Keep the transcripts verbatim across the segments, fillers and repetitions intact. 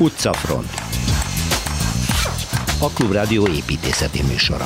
Utcafront. A Klubrádió építészeti műsora.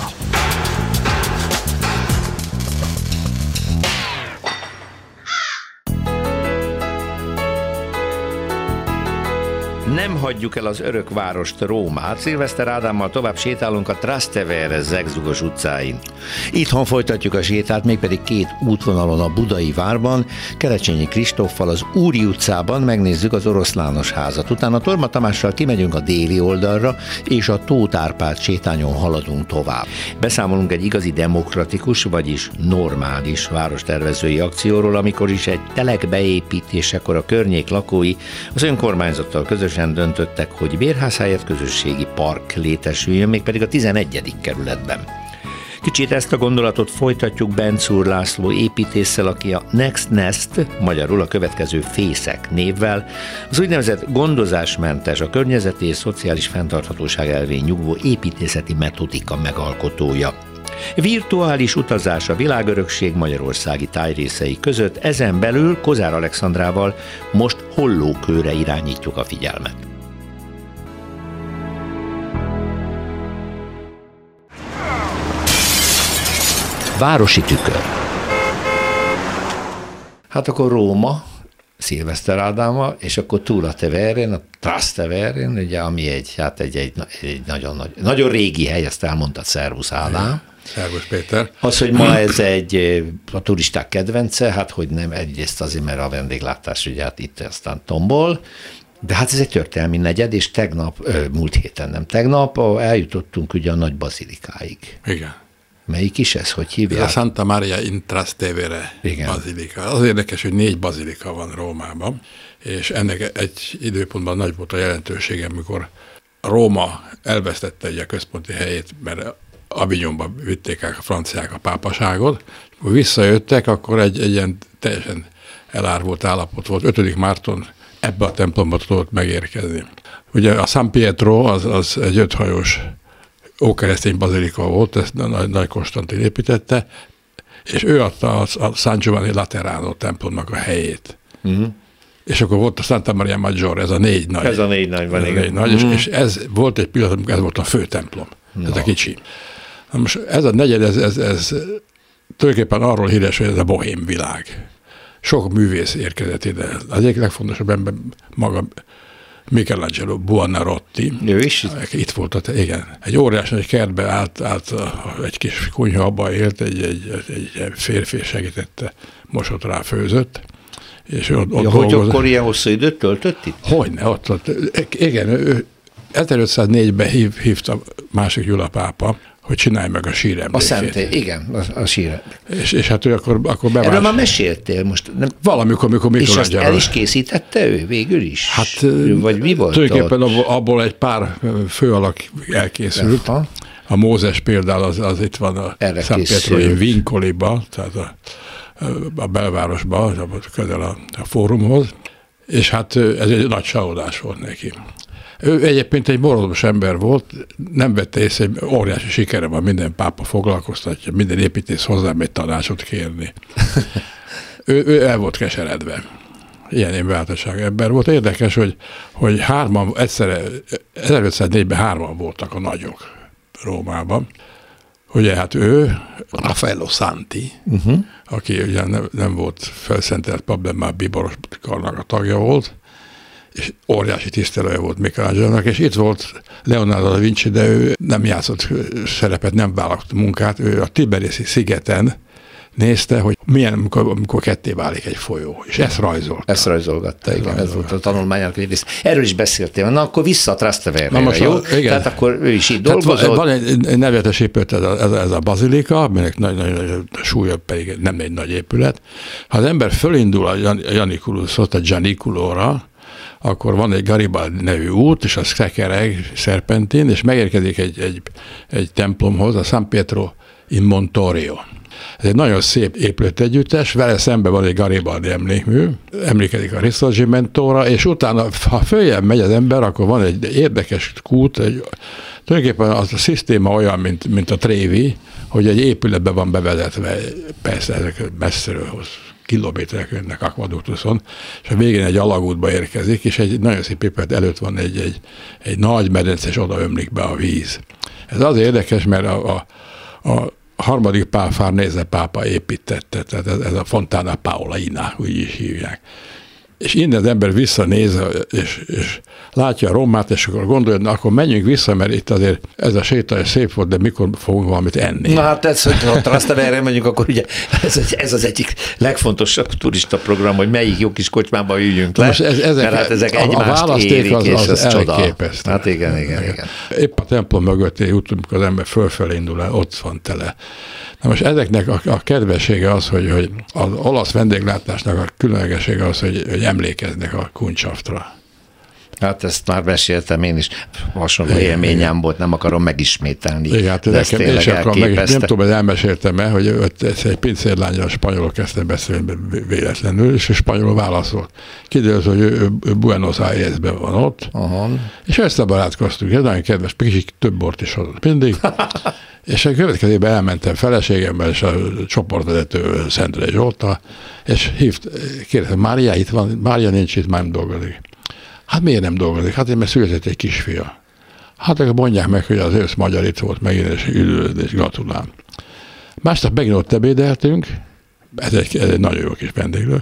Nem hagyjuk el az örök várost, Rómát. Szilveszter Ádámmal tovább sétálunk a Trastevere zegzugos utcáin. Itthon folytatjuk a sétát, mégpedig két útvonalon a Budai várban, Kerecsényi Kristóffal az Úri utcában megnézzük az Oroszlános házat. Utána Torma Tamással kimegyünk a déli oldalra, és a Tóth Árpád sétányon haladunk tovább. Beszámolunk egy igazi demokratikus, vagyis normális várostervezői akcióról, amikor is egy telek beépítésekor a környék lakói az önkormányzattal közösen döntöttek, hogy bérház helyett közösségi park létesüljön, mégpedig a tizenegyedik kerületben. Kicsit ezt a gondolatot folytatjuk Bencúr László építésszel, aki a Next Nest, magyarul a következő fészek névvel, az úgynevezett gondozásmentes, a környezeti és szociális fenntarthatóság elvén nyugvó építészeti metodika megalkotója. Virtuális utazás a világörökség magyarországi tájrészei között, ezen belül Kozár Alexandrával most Hollókőre irányítjuk a figyelmet. Városi tükör. Hát akkor Róma, Szilveszter Ádámmal, és akkor túl a Teverén, a Trastevere-n, ugye, ami egy, hát egy, egy, egy nagyon, nagy, nagyon régi hely, ezt elmondtad, szervusz Ádám. Szervusz Péter. Az, hogy ma ez egy a turisták kedvence, hát hogy nem, egyrészt azért, mert a vendéglátás ugye hát itt aztán tombol, de hát ez egy történelmi negyed, és tegnap, ö, múlt héten nem, tegnap eljutottunk ugye a Nagy Bazilikáig. Igen. Melyik is ez, hogy hívják? Ez a Santa Maria in Trastevere Igen. bazilika. Az érdekes, hogy négy bazilika van Rómában, és ennek egy időpontban nagy volt a jelentősége, amikor Róma elvesztette egy a központi helyét, mert Avignonba vitték el a franciák a pápaságot, és akkor visszajöttek, akkor egy, egy ilyen teljesen elárvult állapot volt. ötödik márton ebbe a templomba tudott megérkezni. Ugye a San Pietro az, az egy öthajós ókeresztény bazilika volt, ezt Nagy, Nagy Konstantin építette, és ő adta a, a San Giovanni Laterano templomnak a helyét. Uh-huh. És akkor volt a Santa Maria Maggiore, ez a négy nagy. Ez a négy nagy van, igen. Nagy, uh-huh. és, és ez volt egy pillanat, amikor ez volt a fő templom, no. ez a kicsi. Na most ez a negyed, ez, ez, ez tulajdonképpen arról híres, hogy ez a bohém világ. Sok művész érkezett ide. Az egyik legfontosabb ember maga Michelangelo Buonarroti. Ő is itt? Itt volt, igen. Egy óriás egy kertbe állt, állt egy kis kunyha, abban élt, egy, egy, egy férfi segítette, mosott rá, főzött. És ott, ott ja, hogy akkor ilyen hosszú időt töltött itt? Hogyne, ott, ott. Igen, ő ezerötszáznégyben hív, hívta másik Gyula pápa, hogy csinálj meg a síremlékét. A Szentély, igen, a, a síremlék. És, és hát ő akkor, akkor bevált. Erről már meséltél most. Nem? Valamikor, amikor Michelangelo. És azt el is készítette ő végül is? Hát vagy mi volt tulajdonképpen ott? Abból egy pár főalak elkészült. Aha. A Mózes például az, az itt van a San Pietro Vincoliba, tehát a, a belvárosban, közel a, a fórumhoz, és hát ez egy nagy csalódás volt neki. Ő egyébként egy borzalmas ember volt, nem vette észre, hogy óriási sikere van, minden pápa foglalkoztatja, minden építész hozzám egy tanácsot kérni. ő, ő el volt keseredve. Ilyen én változság ember volt. Érdekes, hogy, hogy hárman, egyszerre, ezerötszáznégyben hárman voltak a nagyok Rómában. Ugye hát ő, Raffaello Santi, uh-huh. aki ugye nem, nem volt felszentelt pap, de már bíboros karnak a tagja volt, és óriási tisztelője volt Michelangelo-nak, és itt volt Leonardo da Vinci, de ő nem játszott szerepet, nem vállalt munkát, ő a Tiberiuszi szigeten nézte, hogy milyen, amikor, amikor ketté válik egy folyó, és ezt rajzolta. Ezt rajzolgatta, igen, rajzolgatta. Ez volt a tanulmányának egy rész. Erről is beszéltél, na akkor vissza a Trastevere-re, jó? A, Tehát akkor ő is így dolgozott. Van egy nevetes épület, ez a, ez a, ez a bazilika, aminek nagy, nagy, nagy súlya pedig nem egy nagy épület. Ha az ember fölindul a Janiculushoz, a Gianiculóra, akkor van egy Garibaldi nevű út, és az szekereg, szerpentin, és megérkezik egy, egy, egy templomhoz, a San Pietro in Montorio. Ez egy nagyon szép épületegyüttes, vele szemben van egy Garibaldi emlékmű, emlékezik a Risorgimentóra, és utána, ha följebb megy az ember, akkor van egy érdekes kút, egy, tulajdonképpen az a szisztéma olyan, mint, mint a Trevi, hogy egy épületbe van bevezetve, persze ezek messziről hoz kilométerek jönnek akvaduktuszon, és a végén egy alagútba érkezik, és egy nagyon szép épület előtt van egy, egy, egy nagy medence, és oda ömlik be a víz. Ez azért érdekes, mert a, a, a harmadik Pál Farnese pápa építette, tehát ez, ez a Fontana Paolina, úgy is hívják. És innen az ember visszanéz, és, és látja a Rómát, és akkor gondolja, na, akkor menjünk vissza, mert itt azért ez a séta szép volt, de mikor fogunk valamit enni? Na hát ez, ha Trastevere megyünk, akkor ugye ez, ez az egyik legfontosabb turista program, hogy melyik jó kis kocsmába üljünk le, ez, ezek, mert hát ezek egymást a érik, az, és ez csoda. Hát igen, igen, igen. Épp a templom mögötti út, amikor az ember fölfelé indul el, ott van tele. Na most ezeknek a, a kedvessége az, hogy, hogy az olasz vendéglátásnak a különlegessége az, hogy, hogy emlékeznek a Kundschaftra. Hát ezt már meséltem én is, hasonló igen, élményem igen. volt, nem akarom megismételni. Igen, hát nekem én sem akarom meg, nem tudom, hogy elmeséltem-e, hogy egy pincérlányra a spanyolok kezdtem beszélni véletlenül, és a spanyol válaszolt. Kiderült, hogy ő, ő Buenos Airesben van ott, aha. és összebarátkoztunk, ez nagyon kedves, kicsit több bort is hozott mindig. És a következőben elmentem feleségemmel, és a csoportvezető Szendre Zsolta, és hívt, kérdeztem, Mária itt van? Mária nincs itt, már nem dolgozik. Hát miért nem dolgozik? Hát én mert született egy kisfia. Hát akkor mondják meg, hogy az ősz magyar itt volt megint, és üdvözlöd, és gratulál. Másnap megint ott ebédeltünk, ez egy, ez egy nagyon jó kis vendéglő,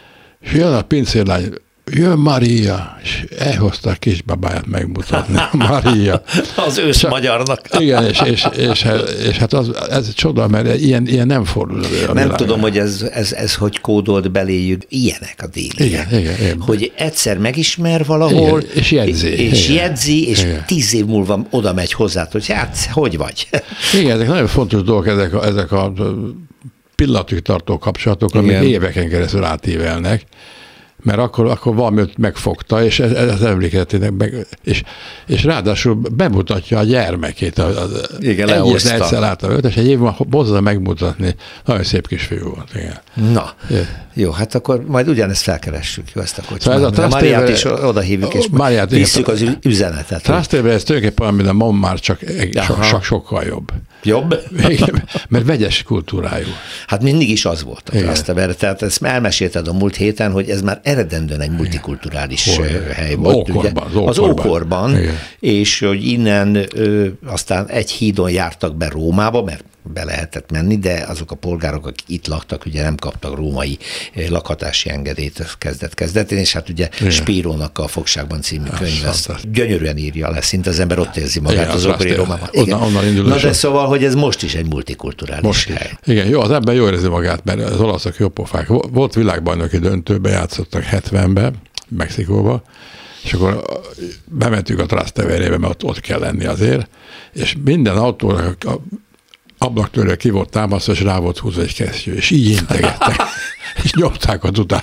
és jön a pincérlány, jön Mária, és elhozta a kisbabáját megmutatni. Mária. Az ősz magyarnak. Igen, és, és, és, és hát az, ez csoda, mert ilyen, ilyen nem fordul. Nem világon. Tudom, hogy ez, ez, ez hogy kódolt beléjük. Ilyenek a déliek. Igen, igen, igen. Hogy egyszer megismer valahol, igen, és jegyzi. És, igen. jegyzi, és igen. tíz év múlva oda megy hozzá, hogy hát, hogy vagy? Igen, ezek nagyon fontos dolgok, ezek a, ezek a pillanatig tartó kapcsolatok, amik éveken keresztül átívelnek. Mert akkor, akkor valamit megfogta, és ez, ez emlékezetének meg, és, és ráadásul bemutatja a gyermekét. Az, az igen, lehozta. Egyszer láttam őt, és egy év hozza megmutatni. Nagyon szép kis fiú volt. Igen. Na, igen. Jó, hát akkor majd ugyanezt felkeressük, jó, ezt a kocsmát. Szóval Máriát is odahívjuk, és Máriát visszük az üzenetet. Trastevere ez tulajdonképpen, amit a ma már csak so, so, sokkal jobb. Jobb? Igen, mert vegyes kultúrájú. Hát mindig is az volt a Trastevere, tehát ezt elmesélted a múlt héten, hogy ez már eredendően egy multikulturális igen. hely volt. Ókorban, ugye, az ókorban, az és hogy innen ö, aztán egy hídon jártak be Rómába, mert be lehetett menni, de azok a polgárok, akik itt laktak, ugye nem kaptak római lakhatási engedélyt kezdet-kezdetén, és hát ugye igen. Spírónak a Fogságban című könyv ezt gyönyörűen írja le, szinte az ember ott érzi magát igen, az ókori Rómában. Onnan, onnan indul. Na de szóval, hogy ez most is egy multikulturális most hely. Is. Igen, jó, az ember jól érzi magát, mert az olaszok jó pofák. Volt világbajnoki döntőbe, játszottak hetvenben, Mexikóba, és akkor bementünk a Trastevere-be, mert ott, ott kell lenni azért, és minden autónak a ablaktörre ki volt támasztva, és rá volt húzva egy kesztyű, és így integettek, és nyomták ott utána.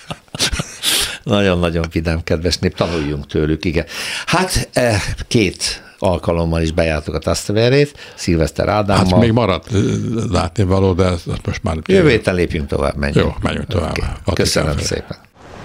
Nagyon-nagyon vidám, kedves nép, tanuljunk tőlük, igen. Hát két alkalommal is bejártuk a Trastevere-t, Szilveszter Ádámmal. Hát még maradt látni való, de ezt most már... Jövő héten lépjünk tovább, menjünk. Jó, menjünk tovább. Okay. Köszönöm szépen.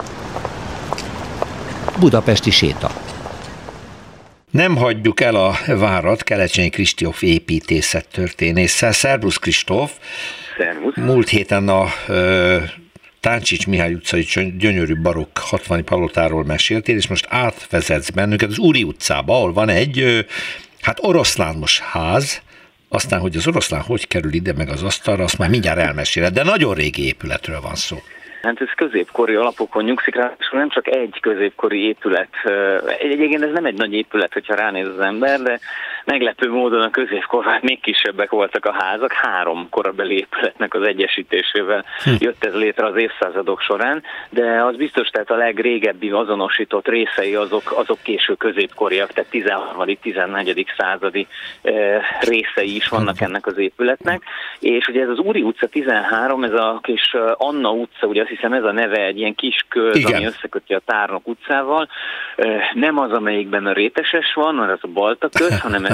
Budapesti séta. Nem hagyjuk el a várat Kelecsényi Kristóf építészettörténésszel. Szervusz Kristóf! Szervusz! Múlt héten a ö, Táncsics Mihály utcai gyönyörű barokk hatvani palotáról meséltél, és most átvezetsz bennünket az Úri utcába, ahol van egy ö, hát oroszlános ház, aztán, hogy az oroszlán hogy kerül ide meg az asztalra, azt már mindjárt elmeséled, de nagyon régi épületről van szó. Hát ez középkori alapokon nyugszik, ráadásul nem csak egy középkori épület. Egyébként ez nem egy nagy épület, hogyha ránéz az ember, de meglepő módon a középkorban még kisebbek voltak a házak. Három korabeli épületnek az egyesítésével hm. jött ez létre az évszázadok során, de az biztos, tehát a legrégebbi azonosított részei azok, azok késő középkoriak, tehát tizenharmadik-tizennegyedik századi részei is vannak ennek az épületnek. És ugye ez az Úri utca tizenhárom, ez a kis Anna utca, ugye azt hiszem ez a neve, egy ilyen kis köz, igen. ami összeköti a Tárnok utcával. Nem az, amelyikben a Réteses van, mert az a Balta köz, hanem ez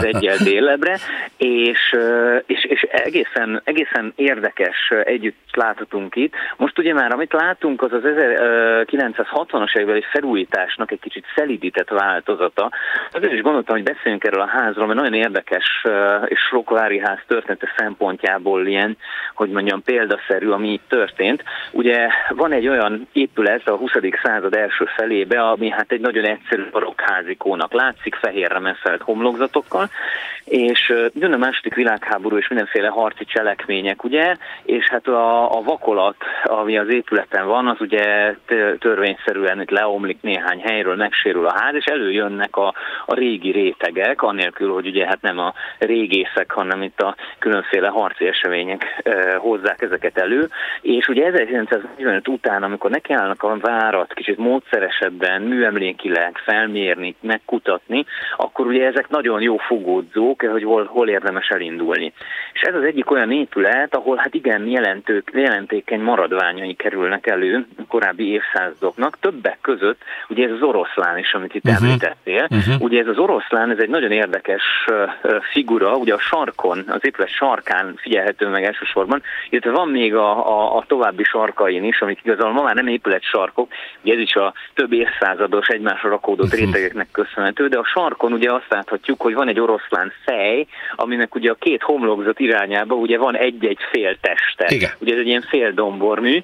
egyel délebbre, és, és, és egészen, egészen érdekes együtt láthatunk itt. Most ugye már, amit látunk, az az ezerkilencszázhatvanas évekbeli felújításnak egy kicsit szelídített változata. Azért is gondoltam, hogy beszéljünk erről a házról, mert nagyon érdekes, és Sorokvári ház története szempontjából ilyen, hogy mondjam, példaszerű, ami itt történt. Ugye van egy olyan épület a huszadik század első felébe, ami hát egy nagyon egyszerű barokkázikónak látszik, fehérre meszelt homlokzatokkal, és jön a második világháború és mindenféle harci cselekmények, ugye, és hát a, a vakolat, ami az épületen van, az ugye törvényszerűen itt leomlik néhány helyről, megsérül a ház, és előjönnek a, a régi rétegek, annélkül, hogy ugye hát nem a régészek, hanem itt a különféle harci események e, hozzák ezeket elő, és ugye ezerkilencszáznegyvenöt után, amikor nekiállnak a várat kicsit módszeresebben, műemlékileg felmérni, megkutatni, akkor ugye ezek nagyon jó fogódzók, hogy hol, hol érdemes elindulni. És ez az egyik olyan épület, ahol hát igen jelentők, jelentékeny maradványai kerülnek elő a korábbi évszázadoknak, többek között ugye ez az oroszlán is, amit itt uh-huh. említettél. Uh-huh. Ugye ez az oroszlán, ez egy nagyon érdekes uh, figura, ugye a sarkon, az épület sarkán figyelhető meg elsősorban, illetve van még a, a, a további sarkain is, amik igazából ma már nem épület sarkok, ugye ez is a több évszázados egymásra rakódott uh-huh. rétegeknek köszönhető, de a sarkon ugye azt láthatjuk, hogy van egy oroszlán fej, aminek ugye a két homlokzat irányába ugye van egy-egy fél teste. Igen. Ugye ez egy ilyen fél dombormű.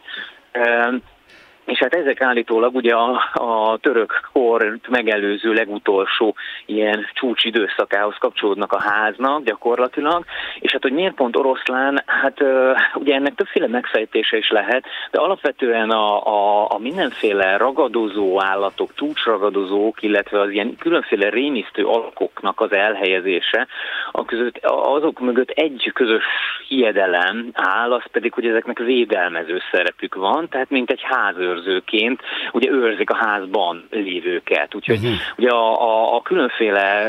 És hát ezek állítólag ugye a, a török kort megelőző legutolsó ilyen csúcsidőszakához kapcsolódnak a háznak gyakorlatilag, és hát hogy miért pont oroszlán, hát ugye ennek többféle megfejtése is lehet, de alapvetően a, a, a mindenféle ragadozó állatok, csúcsragadozók, illetve az ilyen különféle rémisztő alakoknak az elhelyezése, a között, azok mögött egy közös hiedelem áll, az pedig, hogy ezeknek védelmező szerepük van, tehát mint egy házőrzőként, ugye őrzik a házban lévőket. Úgyhogy uh-huh. ugye a, a, a különféle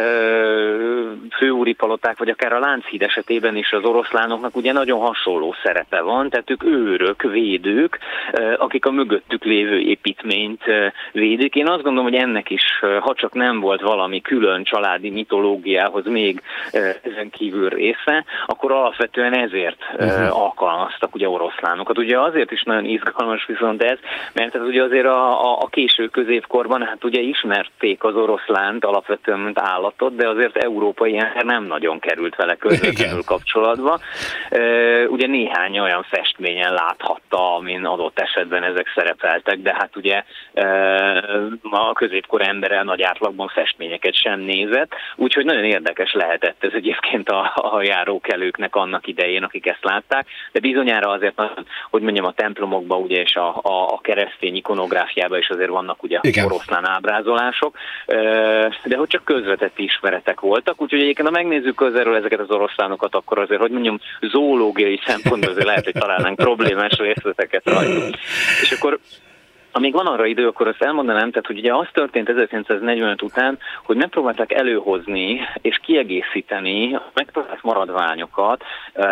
főúri paloták, vagy akár a Lánchíd esetében is az oroszlánoknak ugye nagyon hasonló szerepe van, tehát ők őrök, védők, akik a mögöttük lévő építményt védik. Én azt gondolom, hogy ennek is, ha csak nem volt valami külön családi mitológiához még ezen kívül része, akkor alapvetően ezért uh-huh. alkalmaztak ugye oroszlánokat. Ugye azért is nagyon izgalmas viszont ez, mert ez ugye azért a, a, a késő középkorban hát ugye ismerték az oroszlánt alapvetően mint állatot, de azért európai ember nem nagyon került vele közvetlenül kapcsolatba. E, ugye néhány olyan festményen láthatta, amin adott esetben ezek szerepeltek, de hát ugye e, a középkor embere nagy átlagban festményeket sem nézett, úgyhogy nagyon érdekes lehetett ez egyébként a, a járókelőknek annak idején, akik ezt látták, de bizonyára azért, hogy mondjam, a templomokban ugye és a, a, a keresztény ikonográfiában is azért vannak ugye igen. oroszlán ábrázolások, de hogy csak közvetett ismeretek voltak, úgyhogy egyébként ha megnézzük közelről ezeket az oroszlánokat, akkor azért, hogy mondjam, zoológiai szempontból azért lehet, hogy találnánk problémás részleteket rajtuk. És akkor amíg van arra idő, akkor azt elmondanám, tehát, hogy ugye az történt ezerkilencszáznegyvenöt után, hogy megpróbálták előhozni és kiegészíteni a megtalált maradványokat,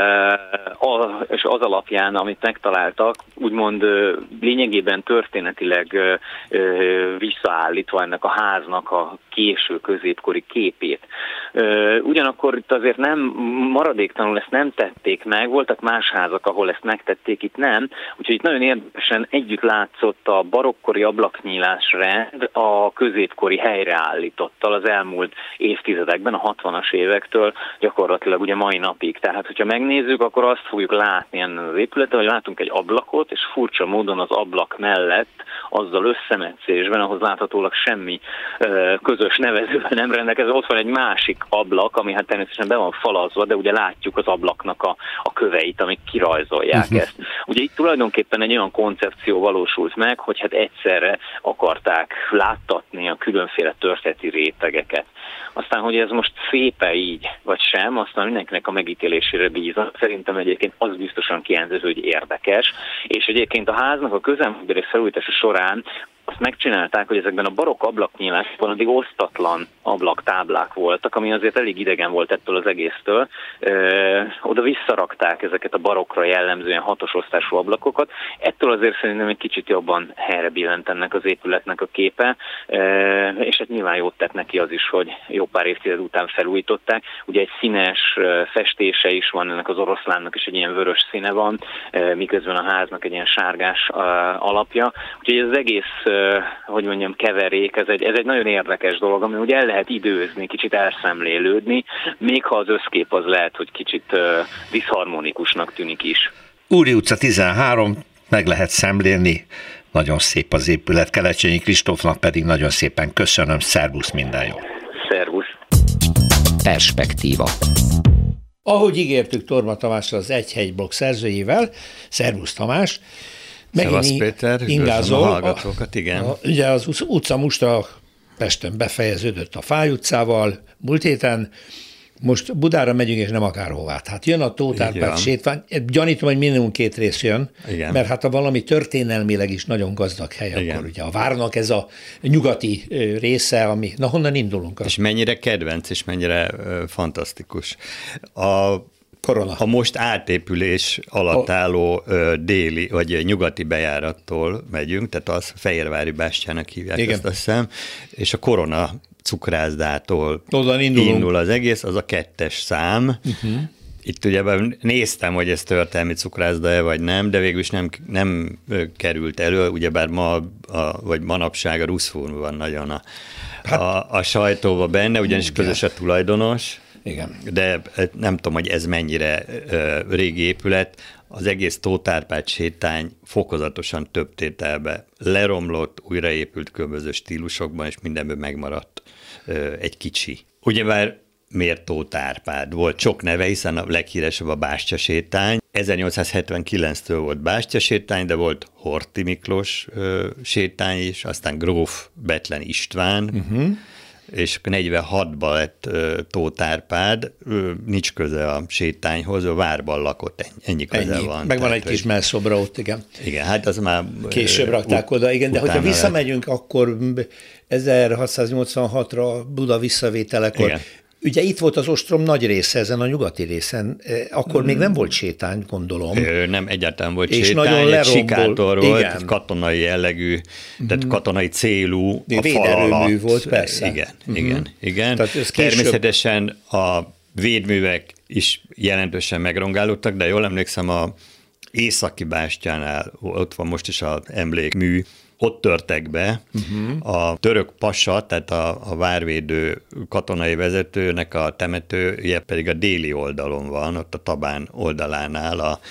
és az alapján, amit megtaláltak, úgymond lényegében történetileg visszaállítva ennek a háznak a késő középkori képét. Ugyanakkor itt azért nem maradéktalanul ezt nem tették meg, voltak más házak, ahol ezt megtették, itt nem, úgyhogy itt nagyon érdekesen együtt látszott a barokkori ablaknyílásrend a középkori helyreállítottal az elmúlt évtizedekben, a hatvanas évektől gyakorlatilag ugye mai napig. Tehát, hogyha megnézzük, akkor azt fogjuk látni ennen az épületen, hogy látunk egy ablakot, és furcsa módon az ablak mellett, azzal összemetszésben, ahhoz láthatólag semmi ö, közös nevezővel nem rendelkező. Ott van egy másik ablak, ami hát természetesen be van falazva, de ugye látjuk az ablaknak a, a köveit, amik kirajzolják uh-huh. ezt. Ugye itt tulajdonképpen egy olyan koncepció valósult meg, hogy hát egyszerre akarták láttatni a különféle történeti rétegeket. Aztán, hogy ez most szép-e így, vagy sem, aztán mindenkinek a megítélésére bízom. Szerintem egyébként az biztosan kijelenthető, hogy érdekes, és egyébként a háznak a közelmúltbeli felújítása során azt megcsinálták, hogy ezekben a barokk ablaknyílásban addig osztatlan ablaktáblák voltak, ami azért elég idegen volt ettől az egésztől. Ö, oda visszarakták ezeket a barokkra jellemzően hatos osztású ablakokat. Ettől azért szerintem egy kicsit jobban helyre billent ennek az épületnek a képe, ö, és hát nyilván jót tett neki az is, hogy jó pár évtized után felújították. Ugye egy színes festése is van ennek az oroszlánnak, és egy ilyen vörös színe van, miközben a háznak egy ilyen sárgás alapja. Úgyhogy ez az egész, hogy mondjam, keverék, ez egy, ez egy nagyon érdekes dolog, ami ugye el lehet időzni, kicsit elszemlélődni, még ha az összkép az lehet, hogy kicsit diszharmonikusnak tűnik is. Úri utca tizenhárom, meg lehet szemlélni, nagyon szép az épület, Kelecsényi Kristófnak pedig nagyon szépen köszönöm, szervusz, minden jó. Szervusz. Perspektíva. Ahogy ígértük Torma Tamással, az Egy Hegy blog szerzőjével, szervusz Tamás, megint Péter, ingázol, a hallgatókat, igen. A, ugye az utca mustra Pesten befejeződött a Fály utcával múlt héten, most Budára megyünk, és nem akárhová. Hát jön a Tóth Árpád sétvány, gyanítom, hogy minimum két rész jön, igen. Mert hát ha valami történelmileg is nagyon gazdag hely, igen. Akkor ugye a várnak ez a nyugati része, ami, na honnan indulunk? És mennyire kedvenc, és mennyire uh, fantasztikus. A Korona. A most átépülés alatt álló uh, déli, vagy nyugati bejárattól megyünk, tehát az Fehérvári bástyának hívják, igen. Ezt azt hiszem, és a Korona cukrászdától indul az egész, az a kettes szám. Uh-huh. Itt ugye néztem, hogy ez történelmi cukrászda-e vagy nem, de végül is nem, nem került elő, ugyebár ma, a, vagy manapság a ruszfún van nagyon a, hát, a, a sajtóban benne, ugyanis igen. Közös a tulajdonos. Igen. De nem tudom, hogy ez mennyire uh, régi épület, az egész Tóth Árpád sétány fokozatosan több tételbe leromlott, újraépült különböző stílusokban, és mindenből megmaradt uh, egy kicsi. Ugyebár miért Tóth Árpád? Volt sok neve, hiszen a leghíresebb a Bástya sétány. ezernyolcszázhetvenkilenctől volt Bástya sétány, de volt Horthy Miklós uh, sétány is, aztán gróf Bethlen István, uh-huh. és negyvenhatban lett uh, Tóth Árpád, uh, nincs köze a sétányhoz, a várban lakott, ennyi, ennyi köze ennyi. van. Meg van egy kis melszobra ott, igen. Igen, hát az már... Később uh, rakták ut- oda, igen, de hogyha visszamegyünk, lett. Akkor ezerhatszáznyolcvanhatra Buda visszavételekor, igen. Ugye itt volt az ostrom nagy része ezen a nyugati részen, akkor mm. még nem volt sétány, gondolom. Ö, nem, egyáltalán volt és sétány, egy sikátor volt, egy katonai jellegű, mm. tehát katonai célú, a fal alatt. Volt, persze. Igen, mm. igen, igen. Természetesen a védművek is jelentősen megrongálódtak, de jól emlékszem, a északi bástyánál, ott van most is az emlékmű, ott törtek be, uh-huh. a török pasa, tehát a, a várvédő katonai vezetőnek a temetője pedig a déli oldalon van, ott a Tabán oldalánál a,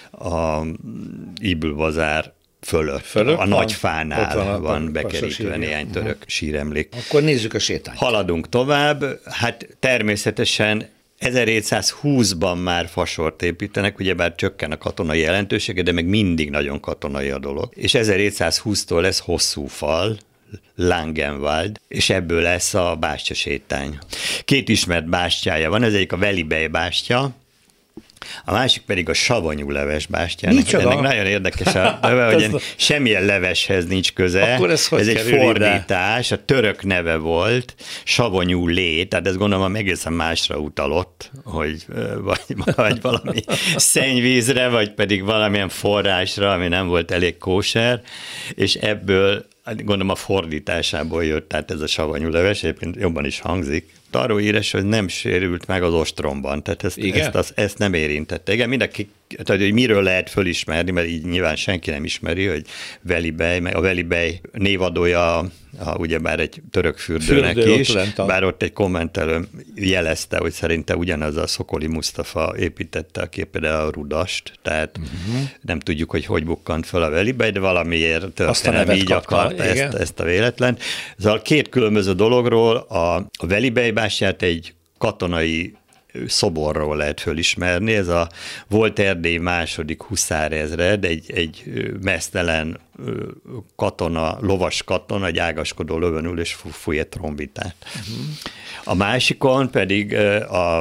a Ibl-bazár fölött, fölött a van, Nagyfánál van, van, van bekerítve néhány török uh-huh. síremlék. Akkor nézzük a sétányt. Haladunk tovább, hát természetesen ezerhétszázhúszban már fasort építenek, ugyebár csökken a katonai jelentősége, de meg mindig nagyon katonai a dolog. És ezerhétszázhúsztól lesz hosszú fal, Langenwald, és ebből lesz a bástya sétány. Két ismert bástyája van, ez egyik a Velibej bástya, a másik pedig a savanyú leves bástyának. Micsoda? Ennek nagyon érdekes a neve, hogy a... semmilyen leveshez nincs köze. Akkor ez, ez egy fordítás, a török neve volt, savanyú lé, tehát ez gondolom egészen másra utalott, hogy vagy, vagy valami szennyvízre, vagy pedig valamilyen forrásra, ami nem volt elég kóser, és ebből gondolom a fordításából jött, tehát ez a savanyú leves, egyébként jobban is hangzik. Arról íres, hogy nem sérült meg az ostromban, tehát ezt, ezt, az, ezt nem érintette. Igen, mindenki, tehát hogy miről lehet fölismerni, mert így nyilván senki nem ismeri, hogy Velibej, meg a Velibej névadója a, a, ugyebár egy török fürdőnek Fürdő, is, ott bár ott egy kommentelő jelezte, hogy szerinte ugyanaz a Szokoli Musztafa építette a képede a Rudast, tehát uh-huh. nem tudjuk, hogy hogy bukkant fel a Velibej, de valamiért történelem így akart ezt, ezt a véletlen. Szóval két különböző dologról, a, a Velibej bástyát egy katonai szoborról lehet fölismerni. Ez a volt Erdély második huszárezred, egy, egy meztelen katona, lovas katona, egy ágaskodó lövön ül és fúj egy trombitát. Uh-huh. A másikon pedig a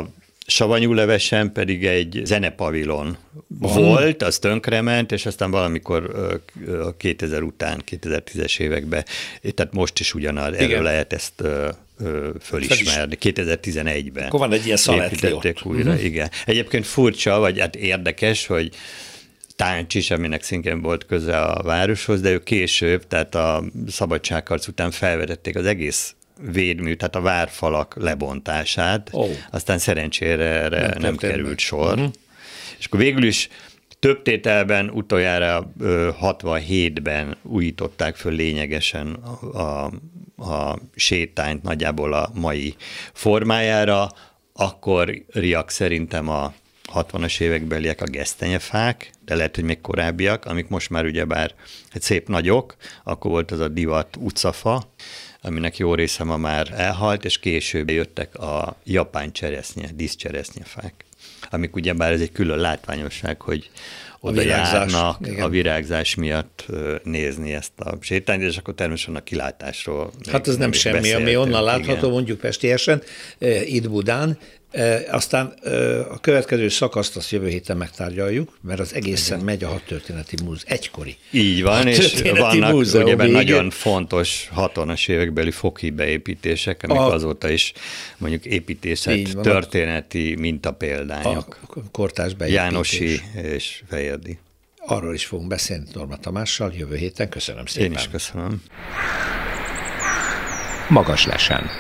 Savanyúlevesen pedig egy zenepavilon uh-huh. volt, az tönkrement, és aztán valamikor kétezer után, kétezer-tízes években, tehát most is ugyanaz, erről lehet ezt fölismerni. kétezer-tizenegyben. Akkor van egy ilyen szaletli ott. Újra, uh-huh. igen. Egyébként furcsa, vagy hát érdekes, hogy Táncs is, aminek szintén volt köze a városhoz, de ők később, tehát a szabadságharc után felvetették az egész védmű, tehát a várfalak lebontását, oh. aztán szerencsére erre nem, nem került sor. Uh-huh. És akkor végül is több tételben utoljára hatvanhétben újították föl lényegesen a, a, a sétányt nagyjából a mai formájára, akkoriak szerintem a hatvanas évekbeliek a gesztenyefák, de lehet, hogy még korábbiak, amik most már ugyebár egy szép nagyok, akkor volt az a divat utcafa, aminek jó része ma már elhalt, és később jöttek a japán cseresznye, díszcseresznyefák, amik ugyebár ez egy külön látványosság, hogy oda járnak a virágzás miatt nézni ezt a sétányt, és akkor természetesen a kilátásról. Hát ez nem semmi, ami onnan látható, igen. mondjuk pestiesen, itt Budán. E, aztán e, a következő szakaszt azt jövő héten megtárgyaljuk, mert az egészen igen. megy a Hadtörténeti Múzeum, egykori. Így van, és vannak ugye nagyon fontos hatvanas évekbeli foki beépítések, amik a, azóta is mondjuk építészet van, történeti mintapéldányok. A kortárs beépítés. Jánosi és Fejérdi. Arról is fogunk beszélni Norma Tamással jövő héten. Köszönöm szépen. Én is köszönöm. Magas lesen.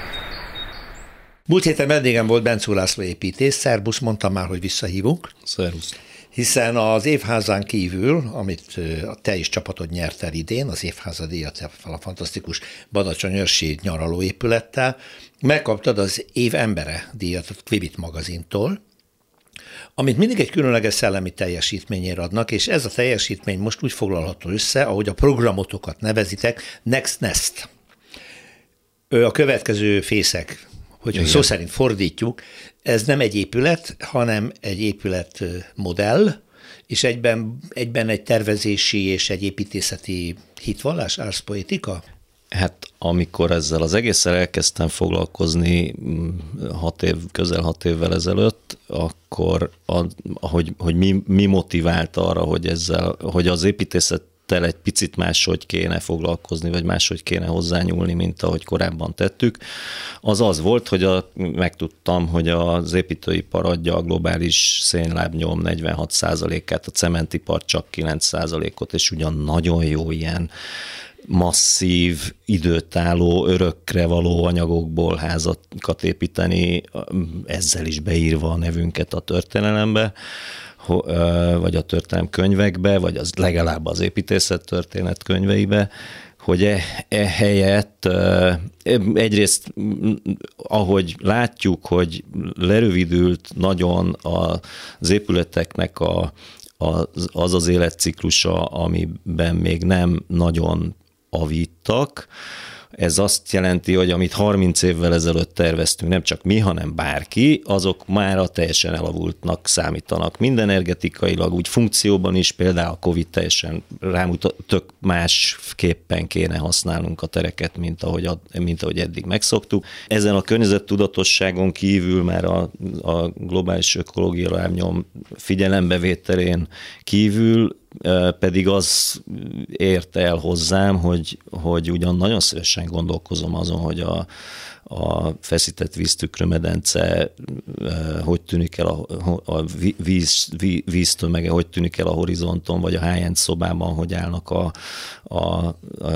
Múlt héten vendégem volt Bencó László építész, szerbusz, mondtam már, hogy visszahívunk. Szervusz. Hiszen az évházán kívül, amit a te is csapatod nyert el idén, az évházadíjat a fantasztikus Badacsony-Örsi nyaralóépülettel, megkaptad az év embere díjat a Kvibit magazintól, amit mindig egy különleges szellemi teljesítményért adnak, és ez a teljesítmény most úgy foglalható össze, ahogy a programotokat nevezitek, Next Nest. A következő fészek, hogyha szó szerint fordítjuk, ez nem egy épület, hanem egy épület modell, és egyben, egyben egy tervezési és egy építészeti hitvallás, árszpoetika? Hát amikor ezzel az egésszel elkezdtem foglalkozni hat év, közel hat évvel ezelőtt, akkor a, hogy, hogy mi, mi motivált arra, hogy, ezzel, hogy az építészet egy picit máshogy kéne foglalkozni, vagy máshogy kéne hozzányúlni, mint ahogy korábban tettük, az az volt, hogy a, megtudtam, hogy az építőipar adja a globális szénlábnyom negyvenhat százalékát, a cementipar csak kilenc százalékot, és ugyan nagyon jó ilyen masszív, időtálló, örökre való anyagokból házakat építeni, ezzel is beírva a nevünket a történelembe, vagy a történelem könyvekbe, vagy az legalább az építészet történet könyveibe, hogy e, e helyett egyrészt, ahogy látjuk, hogy lerövidült nagyon az épületeknek a, az az életciklusa, amiben még nem nagyon avíttak. Ez azt jelenti, hogy amit harminc évvel ezelőtt terveztünk, nem csak mi, hanem bárki, azok már teljesen elavultnak számítanak. Mind energetikailag, úgy funkcióban is, például a Covid teljesen rámutat, tök másképpen kéne használnunk a tereket, mint ahogy, mint ahogy eddig megszoktuk. Ezen a környezettudatosságon kívül már a, a globális ökológiai lábnyom figyelembevételén kívül pedig az ért el hozzám, hogy, hogy ugyan nagyon szívesen gondolkozom azon, hogy a, a feszített víztükrömedence hogy tűnik el a, a víz, víztömege, hogy tűnik el a horizonton, vagy a high-end szobában, hogy állnak a, a, a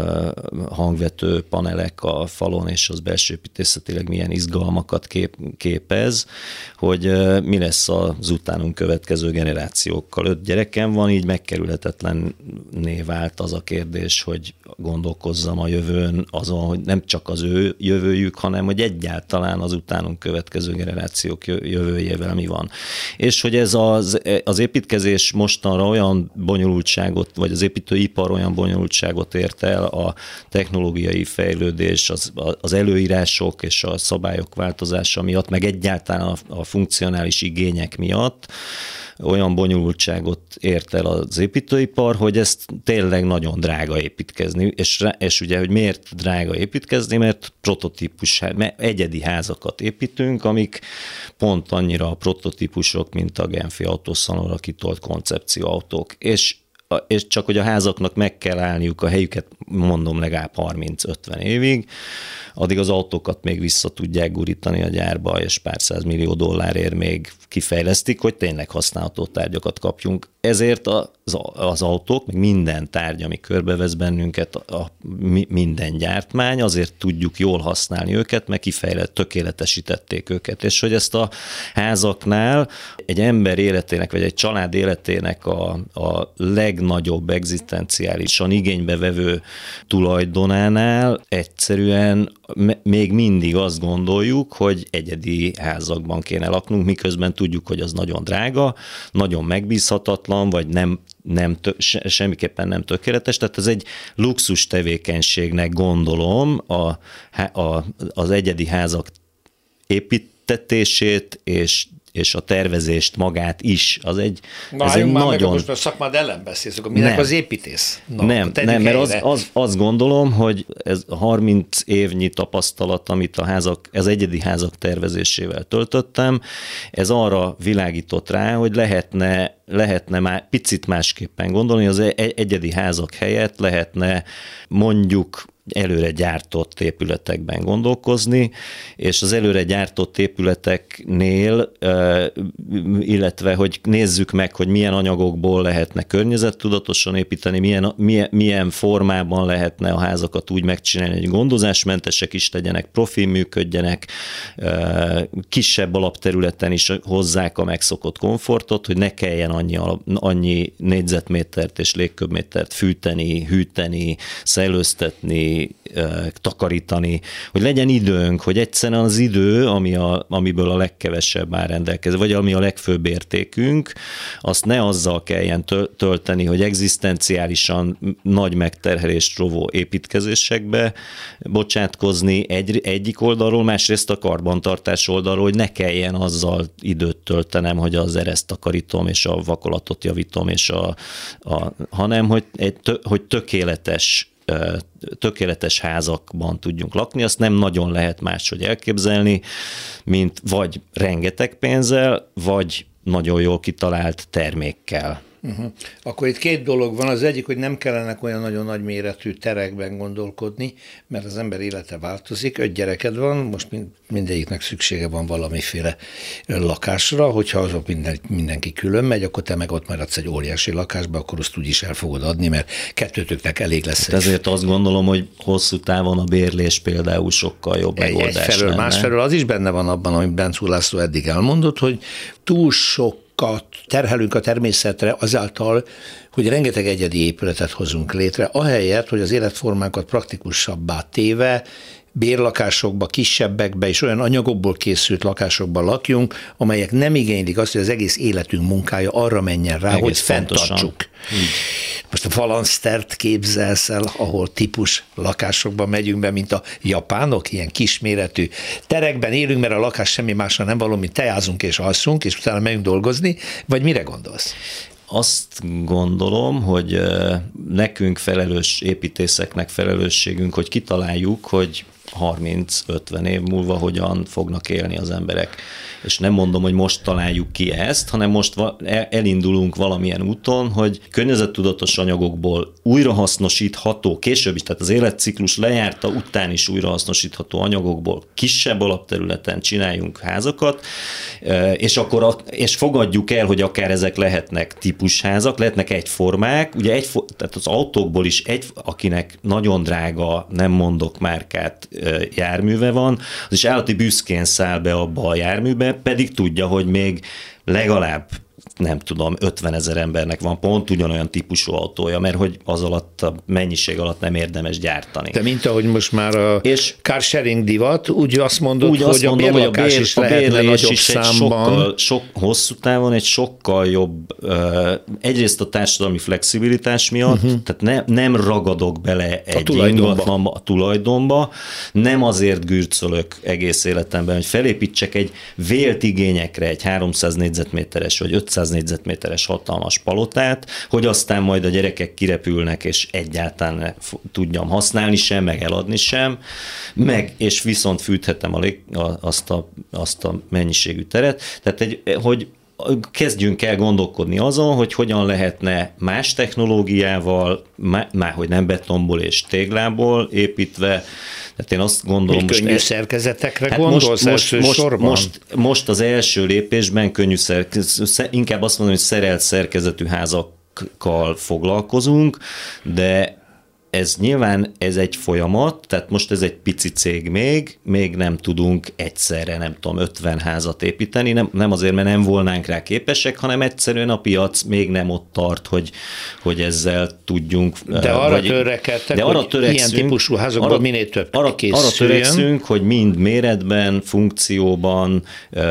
hangvető panelek a falon, és az belsőépítészetileg milyen izgalmakat kép, képez, hogy mi lesz az utánunk következő generációkkal. Öt gyerekem van, így megkerülhetetlenné vált az a kérdés, hogy gondolkozzam a jövőn azon, hogy nem csak az ő jövőjük, hanem hogy egyáltalán az utánunk következő generációk jövőjével mi van. És hogy ez az, az építkezés mostanra olyan bonyolultságot, vagy az építőipar olyan bonyolultságot ért el a technológiai fejlődés, az, az előírások és a szabályok változása miatt, meg egyáltalán a, a funkcionális igények miatt olyan bonyolultságot ért el az építőipar, hogy ezt tényleg nagyon drága építkezni, és, és ugye, hogy miért drága építkezni, mert prototípus, mert egyedi házakat építünk, amik pont annyira a prototípusok, mint a Genfi autószalonra kitolt koncepcióautók, és és csak hogy a házaknak meg kell állniuk a helyüket, mondom legalább harminc-ötven évig, addig az autókat még vissza tudják gurítani a gyárba, és pár százmillió dollárért még kifejlesztik, hogy tényleg használható tárgyakat kapjunk. Ezért az, az autók, meg minden tárgy, ami körbevesz bennünket, a, a, minden gyártmány, azért tudjuk jól használni őket, meg kifejlett, tökéletesítették őket. És hogy ezt a házaknál egy ember életének, vagy egy család életének a, a legnagyobb egzisztenciálisan igénybe vevő tulajdonánál egyszerűen még mindig azt gondoljuk, hogy egyedi házakban kéne laknunk, miközben tudjuk, hogy az nagyon drága, nagyon megbízhatatlan, vagy nem, nem tö, semmiképpen nem tökéletes. Tehát ez egy luxus tevékenységnek gondolom a, a, az egyedi házak építetését és és a tervezést magát is. Az egy, Na, ez egy már nagyon... most a szakmád ellen beszélsz, akkor minek nem. az építész? No, nem, nem, mert az, az, azt gondolom, hogy ez harminc évnyi tapasztalat, amit a házak, az egyedi házak tervezésével töltöttem, ez arra világított rá, hogy lehetne, lehetne már picit másképpen gondolni, az egyedi házak helyett lehetne mondjuk előre gyártott épületekben gondolkozni, és az előre gyártott épületeknél, illetve hogy nézzük meg, hogy milyen anyagokból lehetne környezettudatosan építeni, milyen, milyen, milyen formában lehetne a házakat úgy megcsinálni, hogy gondozásmentesek is legyenek, profi működjenek, kisebb alapterületen is hozzák a megszokott komfortot, hogy ne kelljen annyi, annyi négyzetmétert és légköbmétert fűteni, hűteni, szellőztetni, takarítani, hogy legyen időnk, hogy egyszerűen az idő, ami a, amiből a legkevesebb áll rendelkezik, vagy ami a legfőbb értékünk, azt ne azzal kelljen tölteni, hogy egzisztenciálisan nagy megterhelést rovó építkezésekbe bocsátkozni egy, egyik oldalról, másrészt a karbantartás oldalról, hogy ne kelljen azzal időt töltenem, hogy az ereszt takarítom, és a vakolatot javítom, és a, a, hanem hogy, egy, hogy tökéletes tökéletes házakban tudjunk lakni, azt nem nagyon lehet máshogy elképzelni, mint vagy rengeteg pénzzel, vagy nagyon jól kitalált termékkel. Uh-huh. Akkor itt két dolog van. Az egyik, hogy nem kellenek olyan nagyon nagy méretű terekben gondolkodni, mert az ember élete változik, öt gyereked van, most mindegyiknek szüksége van valamiféle lakásra, hogyha azok minden, mindenki külön megy, akkor te meg ott maradsz egy óriási lakásba, akkor azt úgyis el fogod adni, mert kettőtöknek elég lesz. Hát ezért azt gondolom, hogy hosszú távon a bérlés például sokkal jobb egy, megoldás egyfelől, lenne. Másfelől az is benne van abban, amit Bencúr László eddig elmondott, hogy túl sok terhelünk a természetre azáltal, hogy rengeteg egyedi épületet hozunk létre, ahelyett, hogy az életformánkat praktikusabbá téve bérlakásokba, kisebbekbe és olyan anyagokból készült lakásokban lakjunk, amelyek nem igénylik azt, hogy az egész életünk munkája arra menjen rá, egész hogy fenntartsuk. Most a falansztert képzelsz el, ahol típus lakásokban megyünk be, mint a japánok, ilyen kisméretű terekben élünk, mert a lakás semmi másra nem való, mint teázunk és alszunk, és utána megyünk dolgozni, vagy mire gondolsz? Azt gondolom, hogy nekünk felelős építészeknek felelősségünk, hogy kitaláljuk, hogy harminc-ötven év múlva hogyan fognak élni az emberek. És nem mondom, hogy most találjuk ki ezt, hanem most elindulunk valamilyen úton, hogy környezettudatos anyagokból újrahasznosítható, később is, tehát az életciklus lejárta után is újrahasznosítható anyagokból kisebb alapterületen csináljunk házakat, és akkor a, és fogadjuk el, hogy akár ezek lehetnek típusházak, lehetnek egyformák, ugye egy, tehát az autókból is egy, akinek nagyon drága, nem mondok márkát, járműve van, az is állati büszkén száll be abba a járműbe, pedig tudja, hogy még legalább nem tudom, ötvenezer embernek van pont ugyanolyan típusú autója, mert hogy az alatt a mennyiség alatt nem érdemes gyártani. De mint ahogy most már a és car sharing divat, úgy azt mondod, úgy hogy azt mondom, a bérlakás hogy a bér, is lehetne nagyobb is számban. Sokkal, sok, hosszú távon egy sokkal jobb, uh, egyrészt a társadalmi flexibilitás miatt, uh-huh. tehát ne, nem ragadok bele egy ingatlanba, a tulajdonba, nem azért gürcölök egész életemben, hogy felépítsek egy vélt igényekre egy háromszáz négyzetméteres vagy ötszáz négyzetméteres hatalmas palotát, hogy aztán majd a gyerekek kirepülnek, és egyáltalán ne tudjam használni sem, meg eladni sem, meg, és viszont fűthetem a, a, azt, a, azt a mennyiségű teret. Tehát, egy, hogy kezdjünk el gondolkodni azon, hogy hogyan lehetne más technológiával, már hogy nem betonból és téglából építve, tehát én azt gondolom... Most könnyű e, szerkezetekre hát gondolsz most, most, most, most, most az első lépésben könnyű szerkezet, inkább azt mondom, hogy szerelt szerkezetű házakkal foglalkozunk, de ez nyilván ez egy folyamat, tehát most ez egy pici cég még, még nem tudunk egyszerre, nem tudom, ötven házat építeni, nem, nem azért, mert nem volnánk rá képesek, hanem egyszerűen a piac még nem ott tart, hogy, hogy ezzel tudjunk. De arra vagy, törekedtek, de arra hogy ilyen típusú házakban arra, minél több arra, arra törekszünk, hogy mind méretben, funkcióban,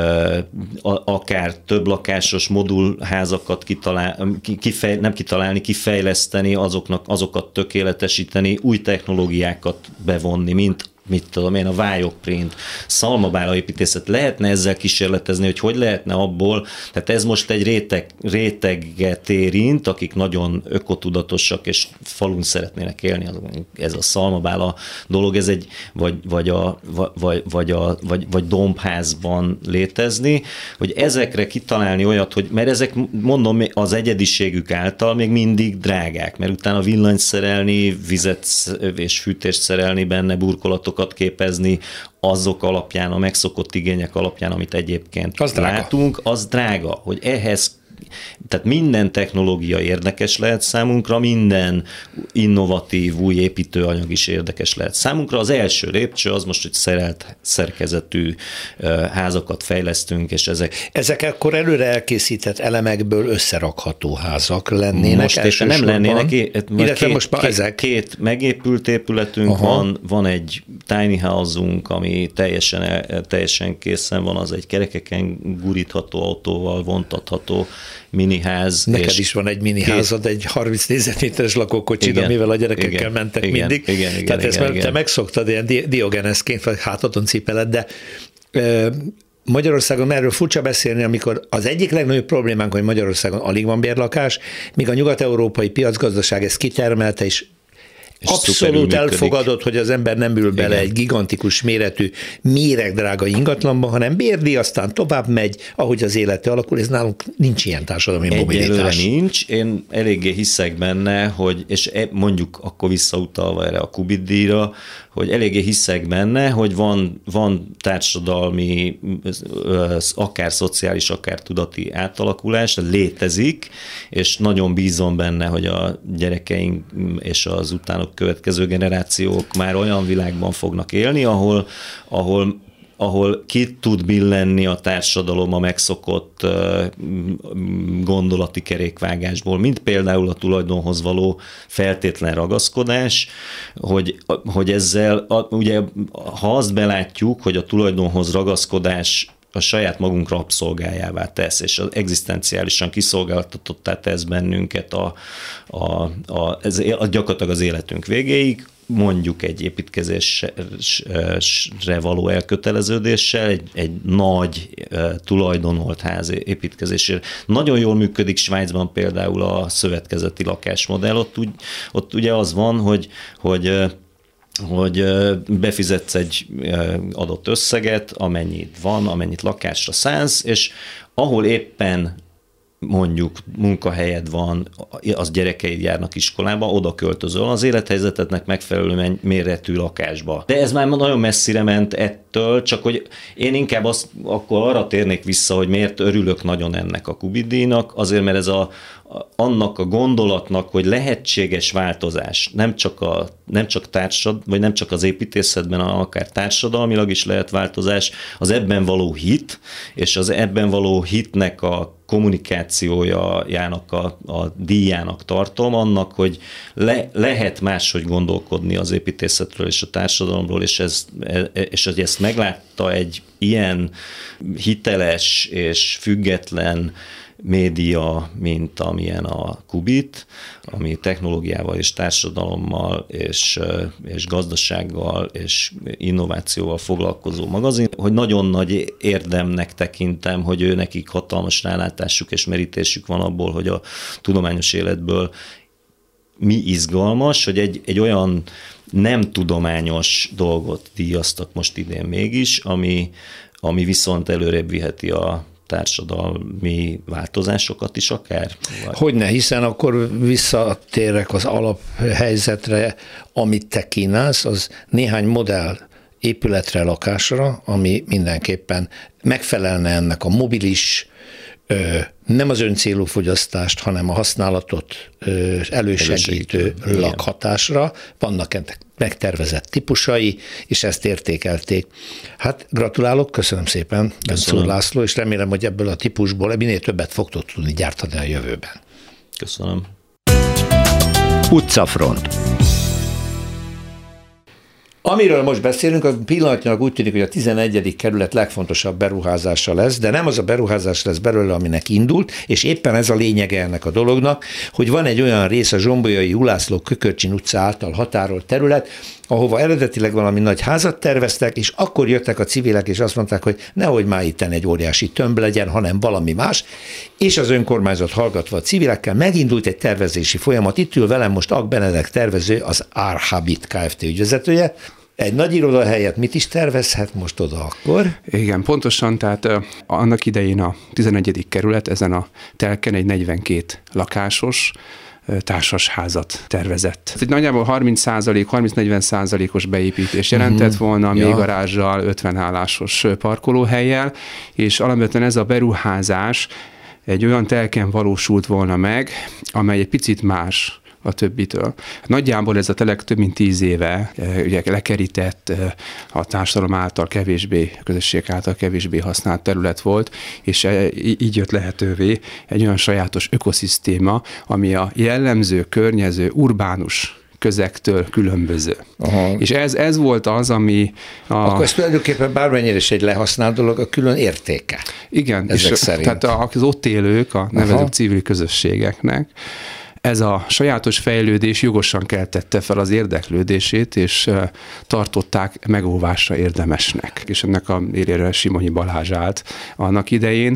akár több lakásos modulházakat kitalál, kifej, nem kitalálni, kifejleszteni, azoknak, azokat tökéletes új technológiákat bevonni, mint mit tudom én, a vályokprint, szalmabála építészet, lehetne ezzel kísérletezni, hogy hogy lehetne abból, tehát ez most egy réteg, réteget érint, akik nagyon ökotudatosak és falun szeretnének élni, ez a szalmabála dolog, ez egy, vagy, vagy, a, vagy, vagy, a, vagy, vagy dombházban létezni, hogy ezekre kitalálni olyat, hogy, mert ezek, mondom, az egyediségük által még mindig drágák, mert utána villanyt szerelni, vizet és fűtést szerelni benne, burkolatokat képezni, azok alapján, a megszokott igények alapján, amit egyébként az látunk, drága. az drága, hogy ehhez, tehát minden technológia érdekes lehet számunkra, minden innovatív új építőanyag is érdekes lehet számunkra. Az első lépcső az most, hogy szerelt szerkezetű házakat fejlesztünk, és ezek... Ezek akkor előre elkészített elemekből összerakható házak lennének. Most éppen nem lennének, illetve két, most már két, ezek. Két megépült épületünk van, van egy tiny house-unk, ami teljesen, teljesen készen van, az egy kerekeken gurítható autóval vontatható miniház. Neked és is van egy miniházad, egy harminc négyzetméteres lakókocsid, amivel a gyerekekkel igen, mentek igen, mindig. Igen, igen, Tehát igen, ezt már igen. te megszoktad ilyen diogeneszként, vagy hátadon cipeled, de ö, Magyarországon erről furcsa beszélni, amikor az egyik legnagyobb problémánk, hogy Magyarországon alig van bérlakás, míg a nyugat-európai piacgazdaság ezt kitermelte, és És abszolút elfogadott, hogy az ember nem ül bele igen. egy gigantikus méretű, méregdrága ingatlanba, hanem bérli, aztán tovább megy, ahogy az élete alakul, ez nálunk nincs ilyen társadalmi mobilitás. Egyelőre nincs, én eléggé hiszek benne, hogy, és mondjuk akkor visszautalva erre a Kubit-díjra, hogy eléggé hiszek benne, hogy van, van társadalmi, akár szociális, akár tudati átalakulás, létezik, és nagyon bízom benne, hogy a gyerekeink és az utánok következő generációk már olyan világban fognak élni, ahol, ahol ahol ki tud billenni a társadalom a megszokott gondolati kerékvágásból, mint például a tulajdonhoz való feltétlen ragaszkodás, hogy, hogy ezzel, ugye, ha azt belátjuk, hogy a tulajdonhoz ragaszkodás a saját magunk rabszolgájává tesz, és az egzisztenciálisan kiszolgáltatottá tesz bennünket a, a, a, ez, a gyakorlatilag az életünk végéig, mondjuk egy építkezésre való elköteleződéssel, egy, egy nagy tulajdonolt ház építkezésére. Nagyon jól működik Svájcban például a szövetkezeti lakásmodell, ott, úgy, ott ugye az van, hogy, hogy hogy befizetsz egy adott összeget, amennyit van, amennyit lakásra szánsz, és ahol éppen mondjuk munkahelyed van, az gyerekeid járnak iskolába, oda költözöl az élethelyzetednek megfelelő méretű lakásba. De ez már nagyon messzire ment ettől, csak hogy én inkább azt, akkor arra térnék vissza, hogy miért örülök nagyon ennek a Kubit-díjnak, azért mert ez a, annak a gondolatnak, hogy lehetséges változás, nem csak, a, nem csak társad, vagy nem csak az építészetben, hanem akár társadalmilag is lehet változás, az ebben való hit, és az ebben való hitnek a kommunikációjának, a, a díjának tartom, annak, hogy le, lehet máshogy gondolkodni az építészetről és a társadalomról, és, ez, és hogy ezt meglátta egy ilyen hiteles és független média, mint amilyen a Kubit, ami technológiával és társadalommal és, és gazdasággal és innovációval foglalkozó magazin, hogy nagyon nagy érdemnek tekintem, hogy ő nekik hatalmas rálátásuk és merítésük van abból, hogy a tudományos életből mi izgalmas, hogy egy, egy olyan nem tudományos dolgot díjaztak most idén mégis, ami, ami viszont előrébb viheti a társadalmi változásokat is akár? Vagy? Hogyne, hiszen akkor visszatérek az alaphelyzetre, amit te kínálsz, az néhány modell épületre, lakásra, ami mindenképpen megfelelne ennek a mobilis, nem az öncélú fogyasztást, hanem a használatot elősegítő lakhatásra. Vannak ennek megtervezett típusai, és ezt értékelték. Hát gratulálok, köszönöm szépen, Bencúr László, és remélem, hogy ebből a típusból minél többet fogtok tudni gyártani a jövőben. Köszönöm. Utcafront. Amiről most beszélünk, az pillanatnyilag úgy tűnik, hogy a tizenegyedik kerület legfontosabb beruházása lesz, de nem az a beruházás lesz belőle, aminek indult, és éppen ez a lényege ennek a dolognak, hogy van egy olyan rész a Zsombolyai Ulászló Kökörcsin utca által határolt terület, ahova eredetileg valami nagy házat terveztek, és akkor jöttek a civilek, és azt mondták, hogy nehogy már itten egy óriási tömb legyen, hanem valami más, és az önkormányzat hallgatva a civilekkel megindult egy tervezési folyamat. Itt ül velem most Ak Benedek tervező, az Arhabit Kft. Ügyvezetője. Egy nagy iroda helyett mit is tervezhet most oda akkor? Igen, pontosan, tehát uh, annak idején a tizenegyedik kerület ezen a telken egy negyvenkét lakásos társasházat tervezett. Ez egy nagyjából harminc százalék, harminc-negyven százalékos beépítés jelentett volna, uh-huh. még garázsal, ötven állásos parkolóhellyel, és alapvetően ez a beruházás egy olyan telken valósult volna meg, amely egy picit más a többitől. Nagyjából ez a telek több mint tíz éve ugye lekerített, a társadalom által kevésbé, a közösség által kevésbé használt terület volt, és így jött lehetővé egy olyan sajátos ökoszisztéma, ami a jellemző, környező, urbánus közegtől különböző. Aha. És ez, ez volt az, ami... A... Akkor ez tulajdonképpen bármennyire is egy lehasznált dolog, a külön értéke. Igen, és szerint. Tehát az ott élők, a nevezett civil közösségeknek ez a sajátos fejlődés jogosan keltette fel az érdeklődését, és tartották megóvásra érdemesnek. És ennek a élére Simonyi Balázs állt annak idején.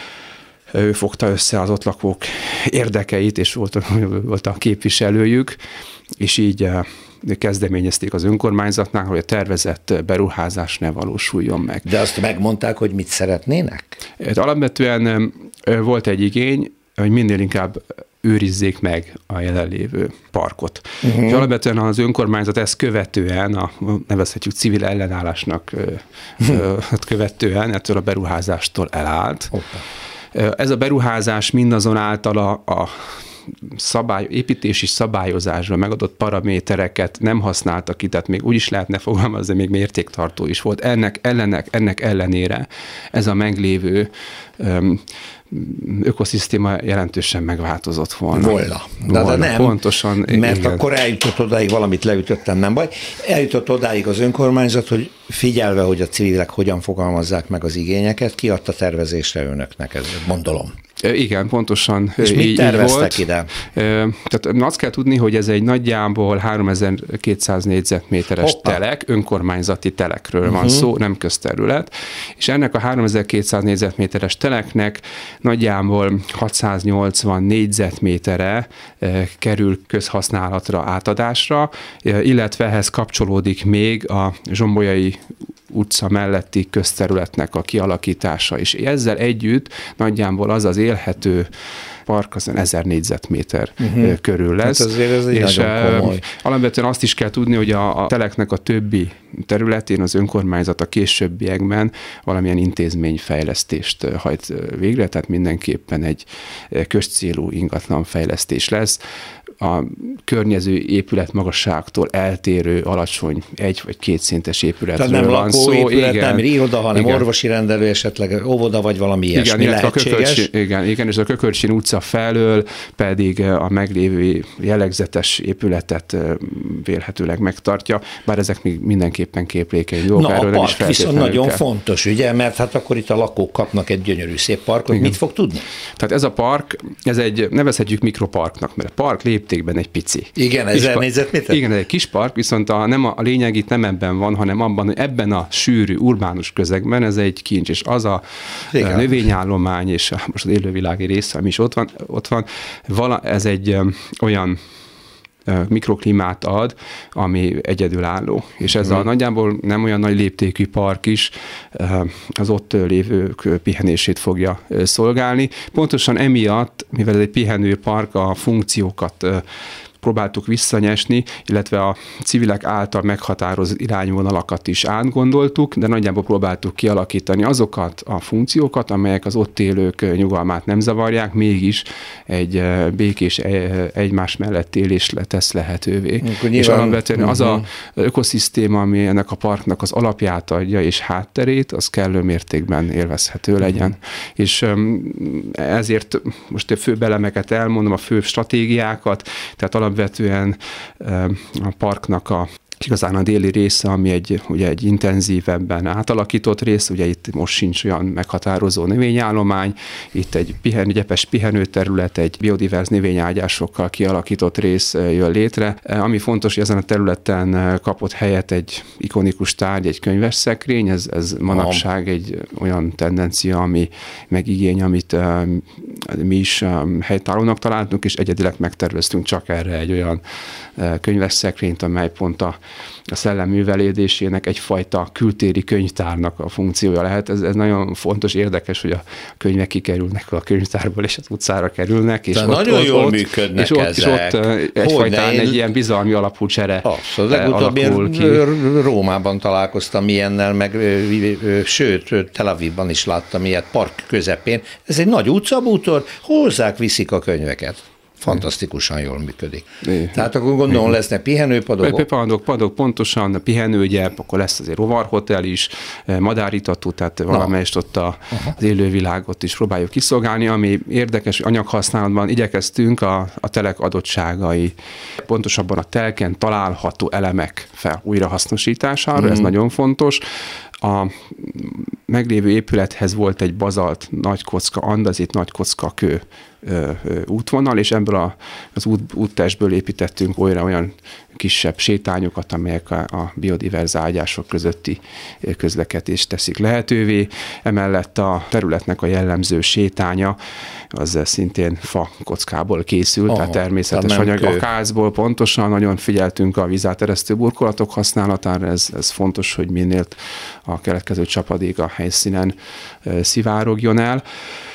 Ő fogta össze az ott lakók érdekeit, és volt, volt a képviselőjük, és így kezdeményezték az önkormányzatnál, hogy a tervezett beruházás ne valósuljon meg. De azt megmondták, hogy mit szeretnének? Alapvetően volt egy igény, hogy minél inkább őrizzék meg a jelenlévő parkot. Uh-huh. És alapvetően az önkormányzat ezt követően, a, nevezhetjük civil ellenállásnak uh-huh. követően ettől a beruházástól elállt. Opa. Ez a beruházás mindazonáltal a, a szabály, építési szabályozásban megadott paramétereket nem használtak ki, tehát még úgy is lehetne fogalmazni, még mértéktartó is volt. Ennek, ellenek, ennek ellenére ez a meglévő um, ökoszisztéma jelentősen megváltozott volna. Volna. De, volna. de nem, pontosan, mert igen. Akkor eljutott odáig, valamit leütöttem, nem baj, eljutott odáig az önkormányzat, hogy figyelve, hogy a civilek hogyan fogalmazzák meg az igényeket, kiadta tervezésre önöknek, ez gondolom. Igen, pontosan és így, mit terveztek volt. ide? Tehát azt kell tudni, hogy ez egy nagyjából háromezer-kétszáz négyzetméteres Hoppa. telek, önkormányzati telekről uh-huh. van szó, nem közterület, és ennek a háromezer-kétszáz négyzetméteres teleknek nagyjából hatszáznyolcvan négyzetmétere kerül közhasználatra, átadásra, illetve ehhez kapcsolódik még a Zsombolyai utca melletti közterületnek a kialakítása is. Ezzel együtt nagyjából az az élhető park az ezer négyzetméter uh-huh. körül lesz. Hát azért ez és nagyon komoly. Alapvetően azt is kell tudni, hogy a, a teleknek a többi területén az önkormányzat a későbbiekben valamilyen intézményfejlesztést hajt végre, tehát mindenképpen egy közcélú ingatlanfejlesztés lesz. A környező épület magasságtól eltérő, alacsony, egy vagy két szintes épületről tehát nem van szó. Épület, igen, nem iroda, hanem igen. orvosi rendelő, esetleg óvoda, vagy valami ilyesmi igen, lehetséges. A Kökölcsi, igen, igen, és a Kökölcsin utca felől pedig a meglévő jellegzetes épületet vélhetőleg megtartja, bár ezek még mindenképpen képlékeny dolgok. Na, erről a park viszont nagyon kell. fontos, ugye, mert hát akkor itt a lakók kapnak egy gyönyörű szép parkot. Igen. Mit fog tudni? Tehát ez a park, ez egy, nevezhetjük mikroparknak, mert a park léptékben egy pici. Igen, ezer négyzetméter? Igen, ez egy kis park, viszont a, nem a, a lényeg itt nem ebben van, hanem abban, hogy ebben a sűrű, urbánus közegben ez egy kincs, és az a, a növényállomány, és most az élővilági része, ami is ott van, ott van vala, ez egy um, olyan mikroklímát ad, ami egyedülálló. És ez hmm. a nagyjából nem olyan nagy léptékű park is az ott lévők pihenését fogja szolgálni. Pontosan emiatt, mivel ez egy pihenő park, a funkciókat próbáltuk visszanyesni, illetve a civilek által meghatározott irányvonalakat is átgondoltuk, de nagyjából próbáltuk kialakítani azokat a funkciókat, amelyek az ott élők nyugalmát nem zavarják, mégis egy békés egymás mellett élés tesz lehetővé. Nyilván, és alapvetően uh-huh. az a ökoszisztéma, ami ennek a parknak az alapját adja és hátterét, az kellő mértékben élvezhető legyen. Uh-huh. És ezért most a főbb elemeket elmondom, a fő stratégiákat, tehát alapvetően a parknak a igazán a déli része, ami egy, ugye egy intenzívebben átalakított rész, ugye itt most sincs olyan meghatározó növényállomány, itt egy pihen, gyepes pihenőterület, egy biodiverz növényágyásokkal kialakított rész jön létre. Ami fontos, hogy ezen a területen kapott helyet egy ikonikus tárgy, egy könyvesszekrény, ez, ez manapság egy olyan tendencia, ami megigény, amit uh, mi is um, helytállónak találtunk, és egyedileg megterveztünk csak erre egy olyan uh, könyvesszekrényt, amely pont a a szellem művelődésének egyfajta kültéri könyvtárnak a funkciója lehet. Ez, ez nagyon fontos, érdekes, hogy a könyvek kikerülnek a könyvtárból, és az utcára kerülnek. És de ott, nagyon ott, jól ott, működnek és ott, ezek. És ott egyfajtán egy ilyen bizalmi alapú csere abszolút. Legutóbb én Rómában találkoztam ilyennel, meg sőt, Tel Avivban is láttam ilyet, park közepén. Ez egy nagy utcabútor, hozzák, viszik a könyveket. Fantasztikusan jól működik. É. Tehát akkor gondolom é. lesznek pihenőpadok. Padok, padok, pontosan, a pihenőgyep, akkor lesz azért rovarhotel is, madáritatú, tehát valamelyest ott a, az élővilágot is próbáljuk kiszolgálni, ami érdekes, anyaghasználatban igyekeztünk a, a telek adottságai, pontosabban a telken található elemek fel újrahasznosítására, mm. ez nagyon fontos. A meglévő épülethez volt egy bazalt nagykocka, andazit nagykocka kő útvonal, és ebből a, az út, úttestből építettünk olyan, olyan kisebb sétányokat, amelyek a, a biodiverz ágyások közötti közlekedést teszik lehetővé. Emellett a területnek a jellemző sétánya az szintén fa kockából készült, aha, tehát természetes anyag, akácból pontosan, nagyon figyeltünk a vízáteresztő burkolatok használatára, ez, ez fontos, hogy minél a keletkező csapadék a helyszínen szivárogjon el.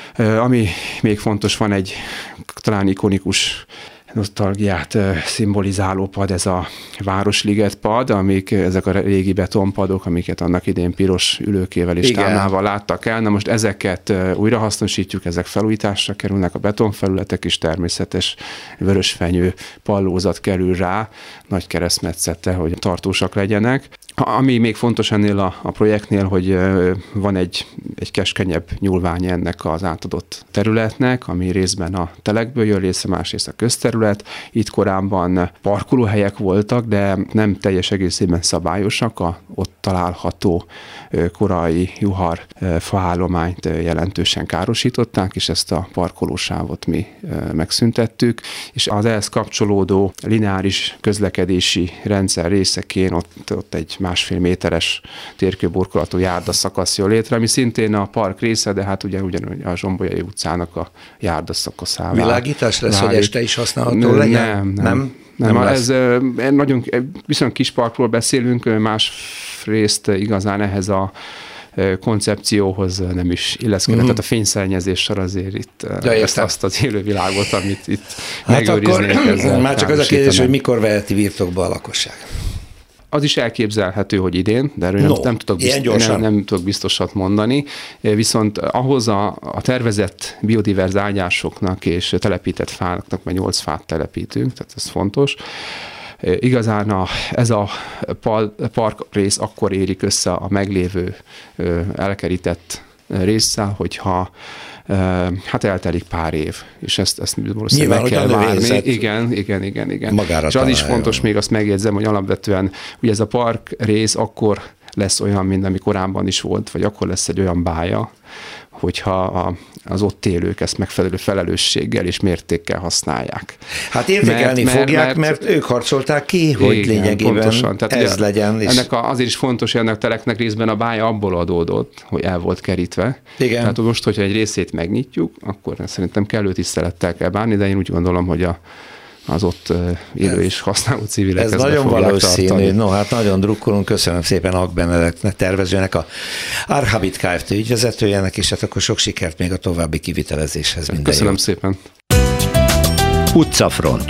Ami még fontos, van egy talán ikonikus nosztalgiát szimbolizáló pad, ez a Városliget pad, amik ezek a régi betonpadok, amiket annak idén piros ülőkével és támlával láttak el. Na most ezeket újrahasznosítjuk, ezek felújításra kerülnek, a betonfelületek is természetes vörösfenyő pallózat kerül rá, nagy keresztmetszete, hogy tartósak legyenek. Ami még fontos ennél a, a projektnél, hogy van egy, egy keskenyebb nyúlvány ennek az átadott területnek, ami részben a telekből jön, része másrészt a közterület. Itt korábban parkolóhelyek voltak, de nem teljes egészében szabályosak. A ott található korai juhar faállományt jelentősen károsították, és ezt a parkolósávot mi megszüntettük, és az ehhez kapcsolódó lineáris közlekedési rendszer részeként ott, ott egy másfél méteres térkőburkolatú járdaszakasz jön létre, ami szintén a park része, de hát ugye ugyanúgy a Zsombolyai utcának a járdaszakaszává. Világítás lesz, válik. Hogy este is használható legyen? Nem, nem. nem. Nem, nem ez nagyon viszonylag kis parkról beszélünk, másrészt igazán ehhez a koncepcióhoz nem is illeszkedett. Uh-huh. Tehát a fényszennyezéssel azért itt ja, ezt, azt az élővilágot, amit itt hát megőriznék ezzel. Már csak az a kérdés, hogy mikor veheti birtokba a lakosság. Az is elképzelhető, hogy idén, de erről no, nem, nem, tudok bizt, nem, nem tudok biztosat mondani. Viszont ahhoz a, a tervezett biodiverz ágyásoknak és telepített fáknak, mert nyolc fát telepítünk, tehát ez fontos. Igazán a, ez a park rész akkor érik össze a meglévő elkerített résszel, hogyha hát eltelik pár év, és ezt, ezt valószínűleg meg kell várni. Igen, igen, igen, igen. Magára és az is fontos, még azt megjegyzem, hogy alapvetően ugye ez a park rész akkor lesz olyan, mint ami korábban is volt, vagy akkor lesz egy olyan bája, hogyha a, az ott élők ezt megfelelő felelősséggel és mértékkel használják. Hát értékelni mert, fogják, mert, mert ők harcolták ki, hogy igen, lényegében pontosan. Tehát ez legyen. És... Ennek a, azért is fontos, hogy ennek a teleknek részben a bája abból adódott, hogy el volt kerítve. Igen. Tehát most, hogyha egy részét megnyitjuk, akkor szerintem kellő tisztelettel kell bánni, de én úgy gondolom, hogy a az ott élő és használó civilek. Ez nagyon valószínű. No, hát nagyon drukkolunk. Köszönöm szépen Ak Benedeknek, tervezőnek, a Archabit Kft. Ügyvezetőjének, és hát akkor sok sikert még a további kivitelezéshez. Minden Köszönöm jó. szépen. Utcafront.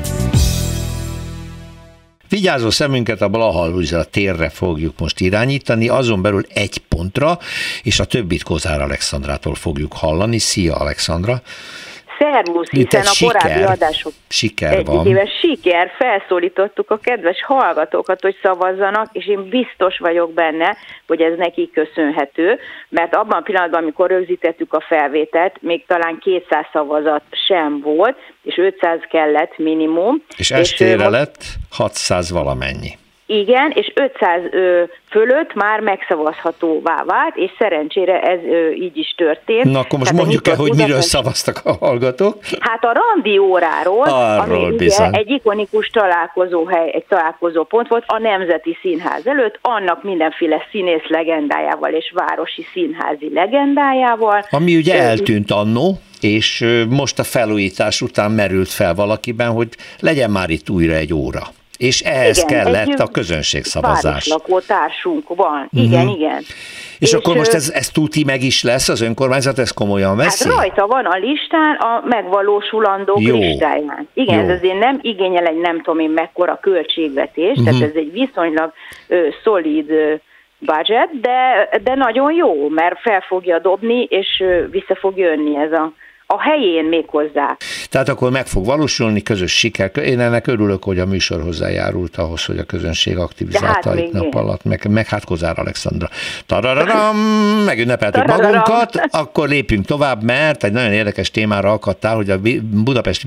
Vigyázó szemünket a Blaha térre fogjuk most irányítani, azon belül egy pontra, és a többit Kozár Alexandrától fogjuk hallani. Szia, Alexandra! Szervusz, hiszen a siker, korábbi adások siker van. Éves siker, felszólítottuk a kedves hallgatókat, hogy szavazzanak, és én biztos vagyok benne, hogy ez neki köszönhető, mert abban a pillanatban, amikor rögzítettük a felvételt, még talán kétszáz szavazat sem volt, és ötszáz kellett minimum. És estére és lett hatszáz valamennyi. Igen, és ötszáz ö, fölött már megszavazhatóvá vált, és szerencsére ez ö, így is történt. Na akkor most Tehát mondjuk el, hogy Budapest... miről szavaztak a hallgatók? Hát a randi óráról, Arról ami bizony. ugye egy ikonikus találkozóhely, egy találkozópont volt a Nemzeti Színház előtt, annak mindenféle színész legendájával és városi színházi legendájával. Ami ugye ö, eltűnt annó, és most a felújítás után merült fel valakiben, hogy legyen már itt újra egy óra. És ehhez igen, kellett a közönségszavazás. Városlakó társunk van. Igen, uh-huh. igen. És, és akkor most ez, ez tuti meg is lesz, az önkormányzat, ez komolyan veszi? Hát rajta van a listán, a megvalósulandók Jó. listáján. Igen, Jó. ez azért nem igényel egy nem tudom én mekkora költségvetés, uh-huh. tehát ez egy viszonylag ö, szolid ö, budget, de, de nagyon jó, mert fel fogja dobni, és ö, vissza fog jönni ez a a helyén még hozzá. Tehát akkor meg fog valósulni, közös siker. Én ennek örülök, hogy a műsor hozzájárult ahhoz, hogy a közönség aktivizálta hát itt nap alatt, meg, meg hát Kozár Alexandra. Tarararam, megünnepeltük Tarararam. magunkat, akkor lépjünk tovább, mert egy nagyon érdekes témára akadtál, hogy a Budapest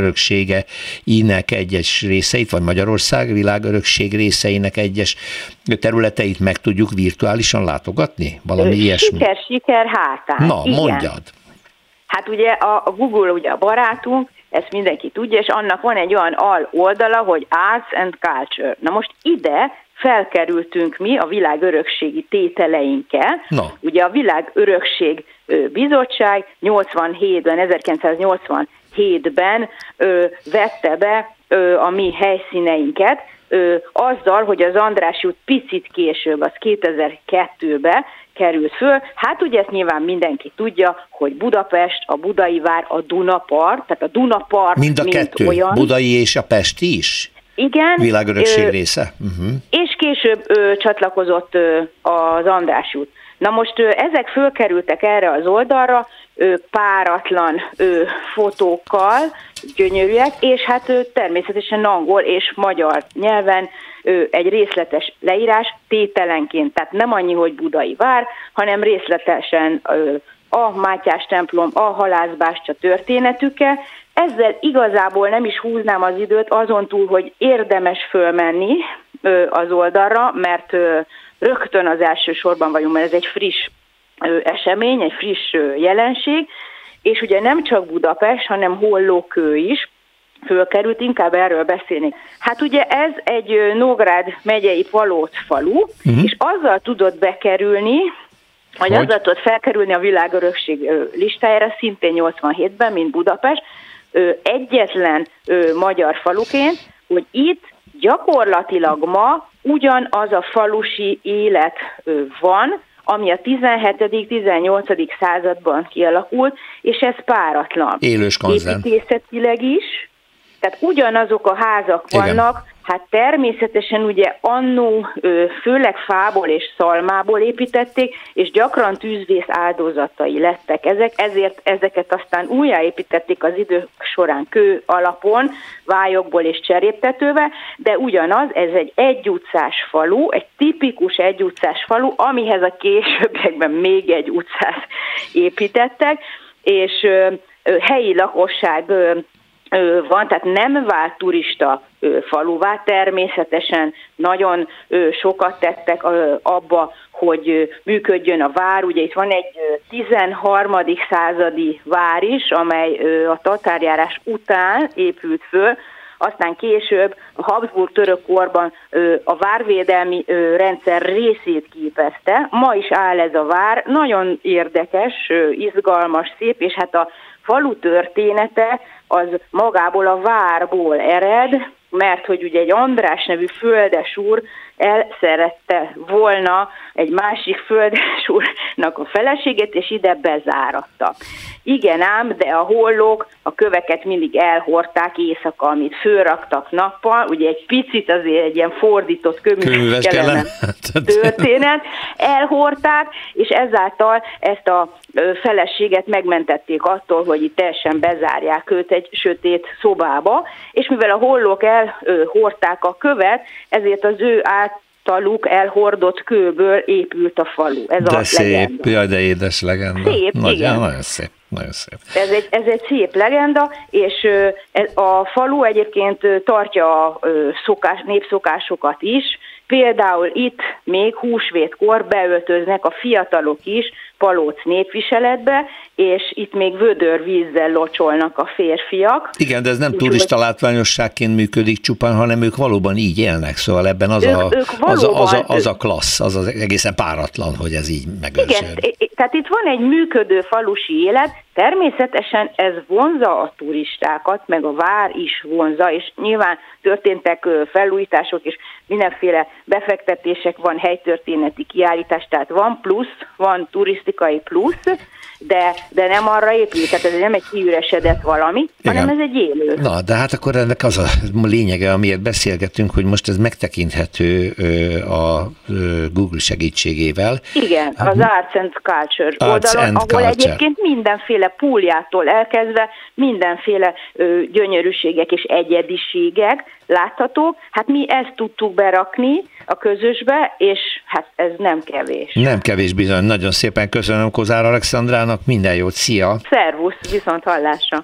világörökségeinek egyes részeit, vagy Magyarország világörökség részeinek egyes területeit meg tudjuk virtuálisan látogatni? Valami siker, ilyesmi? Siker, siker hátán. Na, igen. mondjad. Hát ugye a Google ugye a barátunk, ezt mindenki tudja, és annak van egy olyan al oldala, hogy Arts and Culture. Na most ide felkerültünk mi a világörökségi tételeinkkel. No. Ugye a Világörökség Bizottság nyolcvanhétben, ezerkilencszáznyolcvanhétben ö, vette be ö, a mi helyszíneinket, ö, azzal, hogy az Andrássy út picit később, az kétezer-kettőben került föl. Hát ugye ezt nyilván mindenki tudja, hogy Budapest, a Budai vár, a Dunapart, tehát a Dunapart mind a mint kettő, olyan. Budai és a Pesti is? Igen. Világörökség ö, része? Uh-huh. És később ö, csatlakozott ö, az Andrássy út. Na most ö, ezek fölkerültek erre az oldalra, ö, páratlan ö, fotókkal, gyönyörűek, és hát ö, természetesen angol és magyar nyelven ö, egy részletes leírás tételenként, tehát nem annyi, hogy Budai vár, hanem részletesen ö, a Mátyás templom, a halászbástya történetükkel. Ezzel igazából nem is húznám az időt azon túl, hogy érdemes fölmenni ö, az oldalra, mert ö, rögtön az első sorban vagyunk, mert ez egy friss ö, esemény, egy friss ö, jelenség, és ugye nem csak Budapest, hanem Hollókő is fölkerült, inkább erről beszélni. Hát ugye ez egy ö, Nógrád megyei Palóc falu, uh-huh. és azzal tudott bekerülni, vagy hogy? azzal tudott felkerülni a világörökség ö, listájára szintén nyolcvanhétben, mint Budapest, ö, egyetlen ö, magyar faluként, hogy itt gyakorlatilag ma ugyanaz a falusi élet ö, van, ami a tizenhetedik-tizennyolcadik században kialakult, és ez páratlan. Élős konzent. Építészetileg is, tehát ugyanazok a házak vannak, igen. Hát természetesen ugye annó főleg fából és szalmából építették, és gyakran tűzvész áldozatai lettek ezek, ezért ezeket aztán újjáépítették az idők során kő alapon, vályokból és cseréptetővel, de ugyanaz, ez egy egyutcás falu, egy tipikus egyutcás falu, amihez a későbbiekben még egy utcát építettek, és ö, ö, helyi lakosság ö, van, tehát nem vált turista faluvá, természetesen nagyon sokat tettek abba, hogy működjön a vár. Ugye itt van egy tizenharmadik századi vár is, amely a tatárjárás után épült föl, aztán később a Habsburg török korban a várvédelmi rendszer részét képezte. Ma is áll ez a vár, nagyon érdekes, izgalmas, szép, és hát a falu története az magából a várból ered, mert hogy ugye egy András nevű földesúr elszerette volna egy másik földesúrnak a feleségét, és ide bezáratta. Igen ám, de a hollók a köveket mindig elhordták éjszaka, amit fölraktak nappal, ugye egy picit azért egy ilyen fordított köműves kellene történet, elhordták, és ezáltal ezt a feleséget megmentették attól, hogy itt teljesen bezárják őt egy sötét szobába, és mivel a hollók elhordták a követ, ezért az ő általuk elhordott kőből épült a falu. Ez de a szép, legenda. Jaj, de édes legenda. Szép, Nagy, igen. Nagyon szép. Nagyon szép. Ez egy, ez egy szép legenda, és a falu egyébként tartja a szokás, népszokásokat is. Például itt még húsvétkor beöltöznek a fiatalok is palóc népviseletbe, és itt még vödörvízzel locsolnak a férfiak. Igen, de ez nem úgy, turista látványosságként működik csupán, hanem ők valóban így élnek, szóval ebben az, ők, a, ők az, a, az, a, az a klassz, az, az egészen páratlan, hogy ez így megőrződik. Igen, tehát itt van egy működő falusi élet, természetesen ez vonzza a turistákat, meg a vár is vonzza, és nyilván történtek felújítások, és mindenféle befektetések, van helytörténeti kiállítás, tehát van plusz, van turisztikai plusz, de, de nem arra épül, tehát ez nem egy kiüresedett valami, igen, hanem ez egy élő. Na, de hát akkor ennek az a lényege, amiért beszélgetünk, hogy most ez megtekinthető a Google segítségével. Igen, az Arts and Culture Arts oldalon, and ahol Culture. Egyébként mindenféle púljától elkezdve mindenféle ö, gyönyörűségek és egyediségek láthatók. Hát mi ezt tudtuk berakni a közösbe, és hát ez nem kevés. Nem kevés bizony. Nagyon szépen köszönöm Kozár Alexandrának, minden jót, szia! Szervusz, viszont hallásra!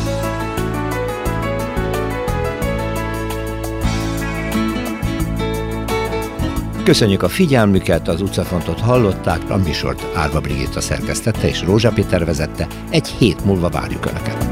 Köszönjük a figyelmüket, az utcafrontot hallották, a műsort Árva Brigitta szerkesztette és Rózsa Péter vezette, egy hét múlva várjuk Önöket.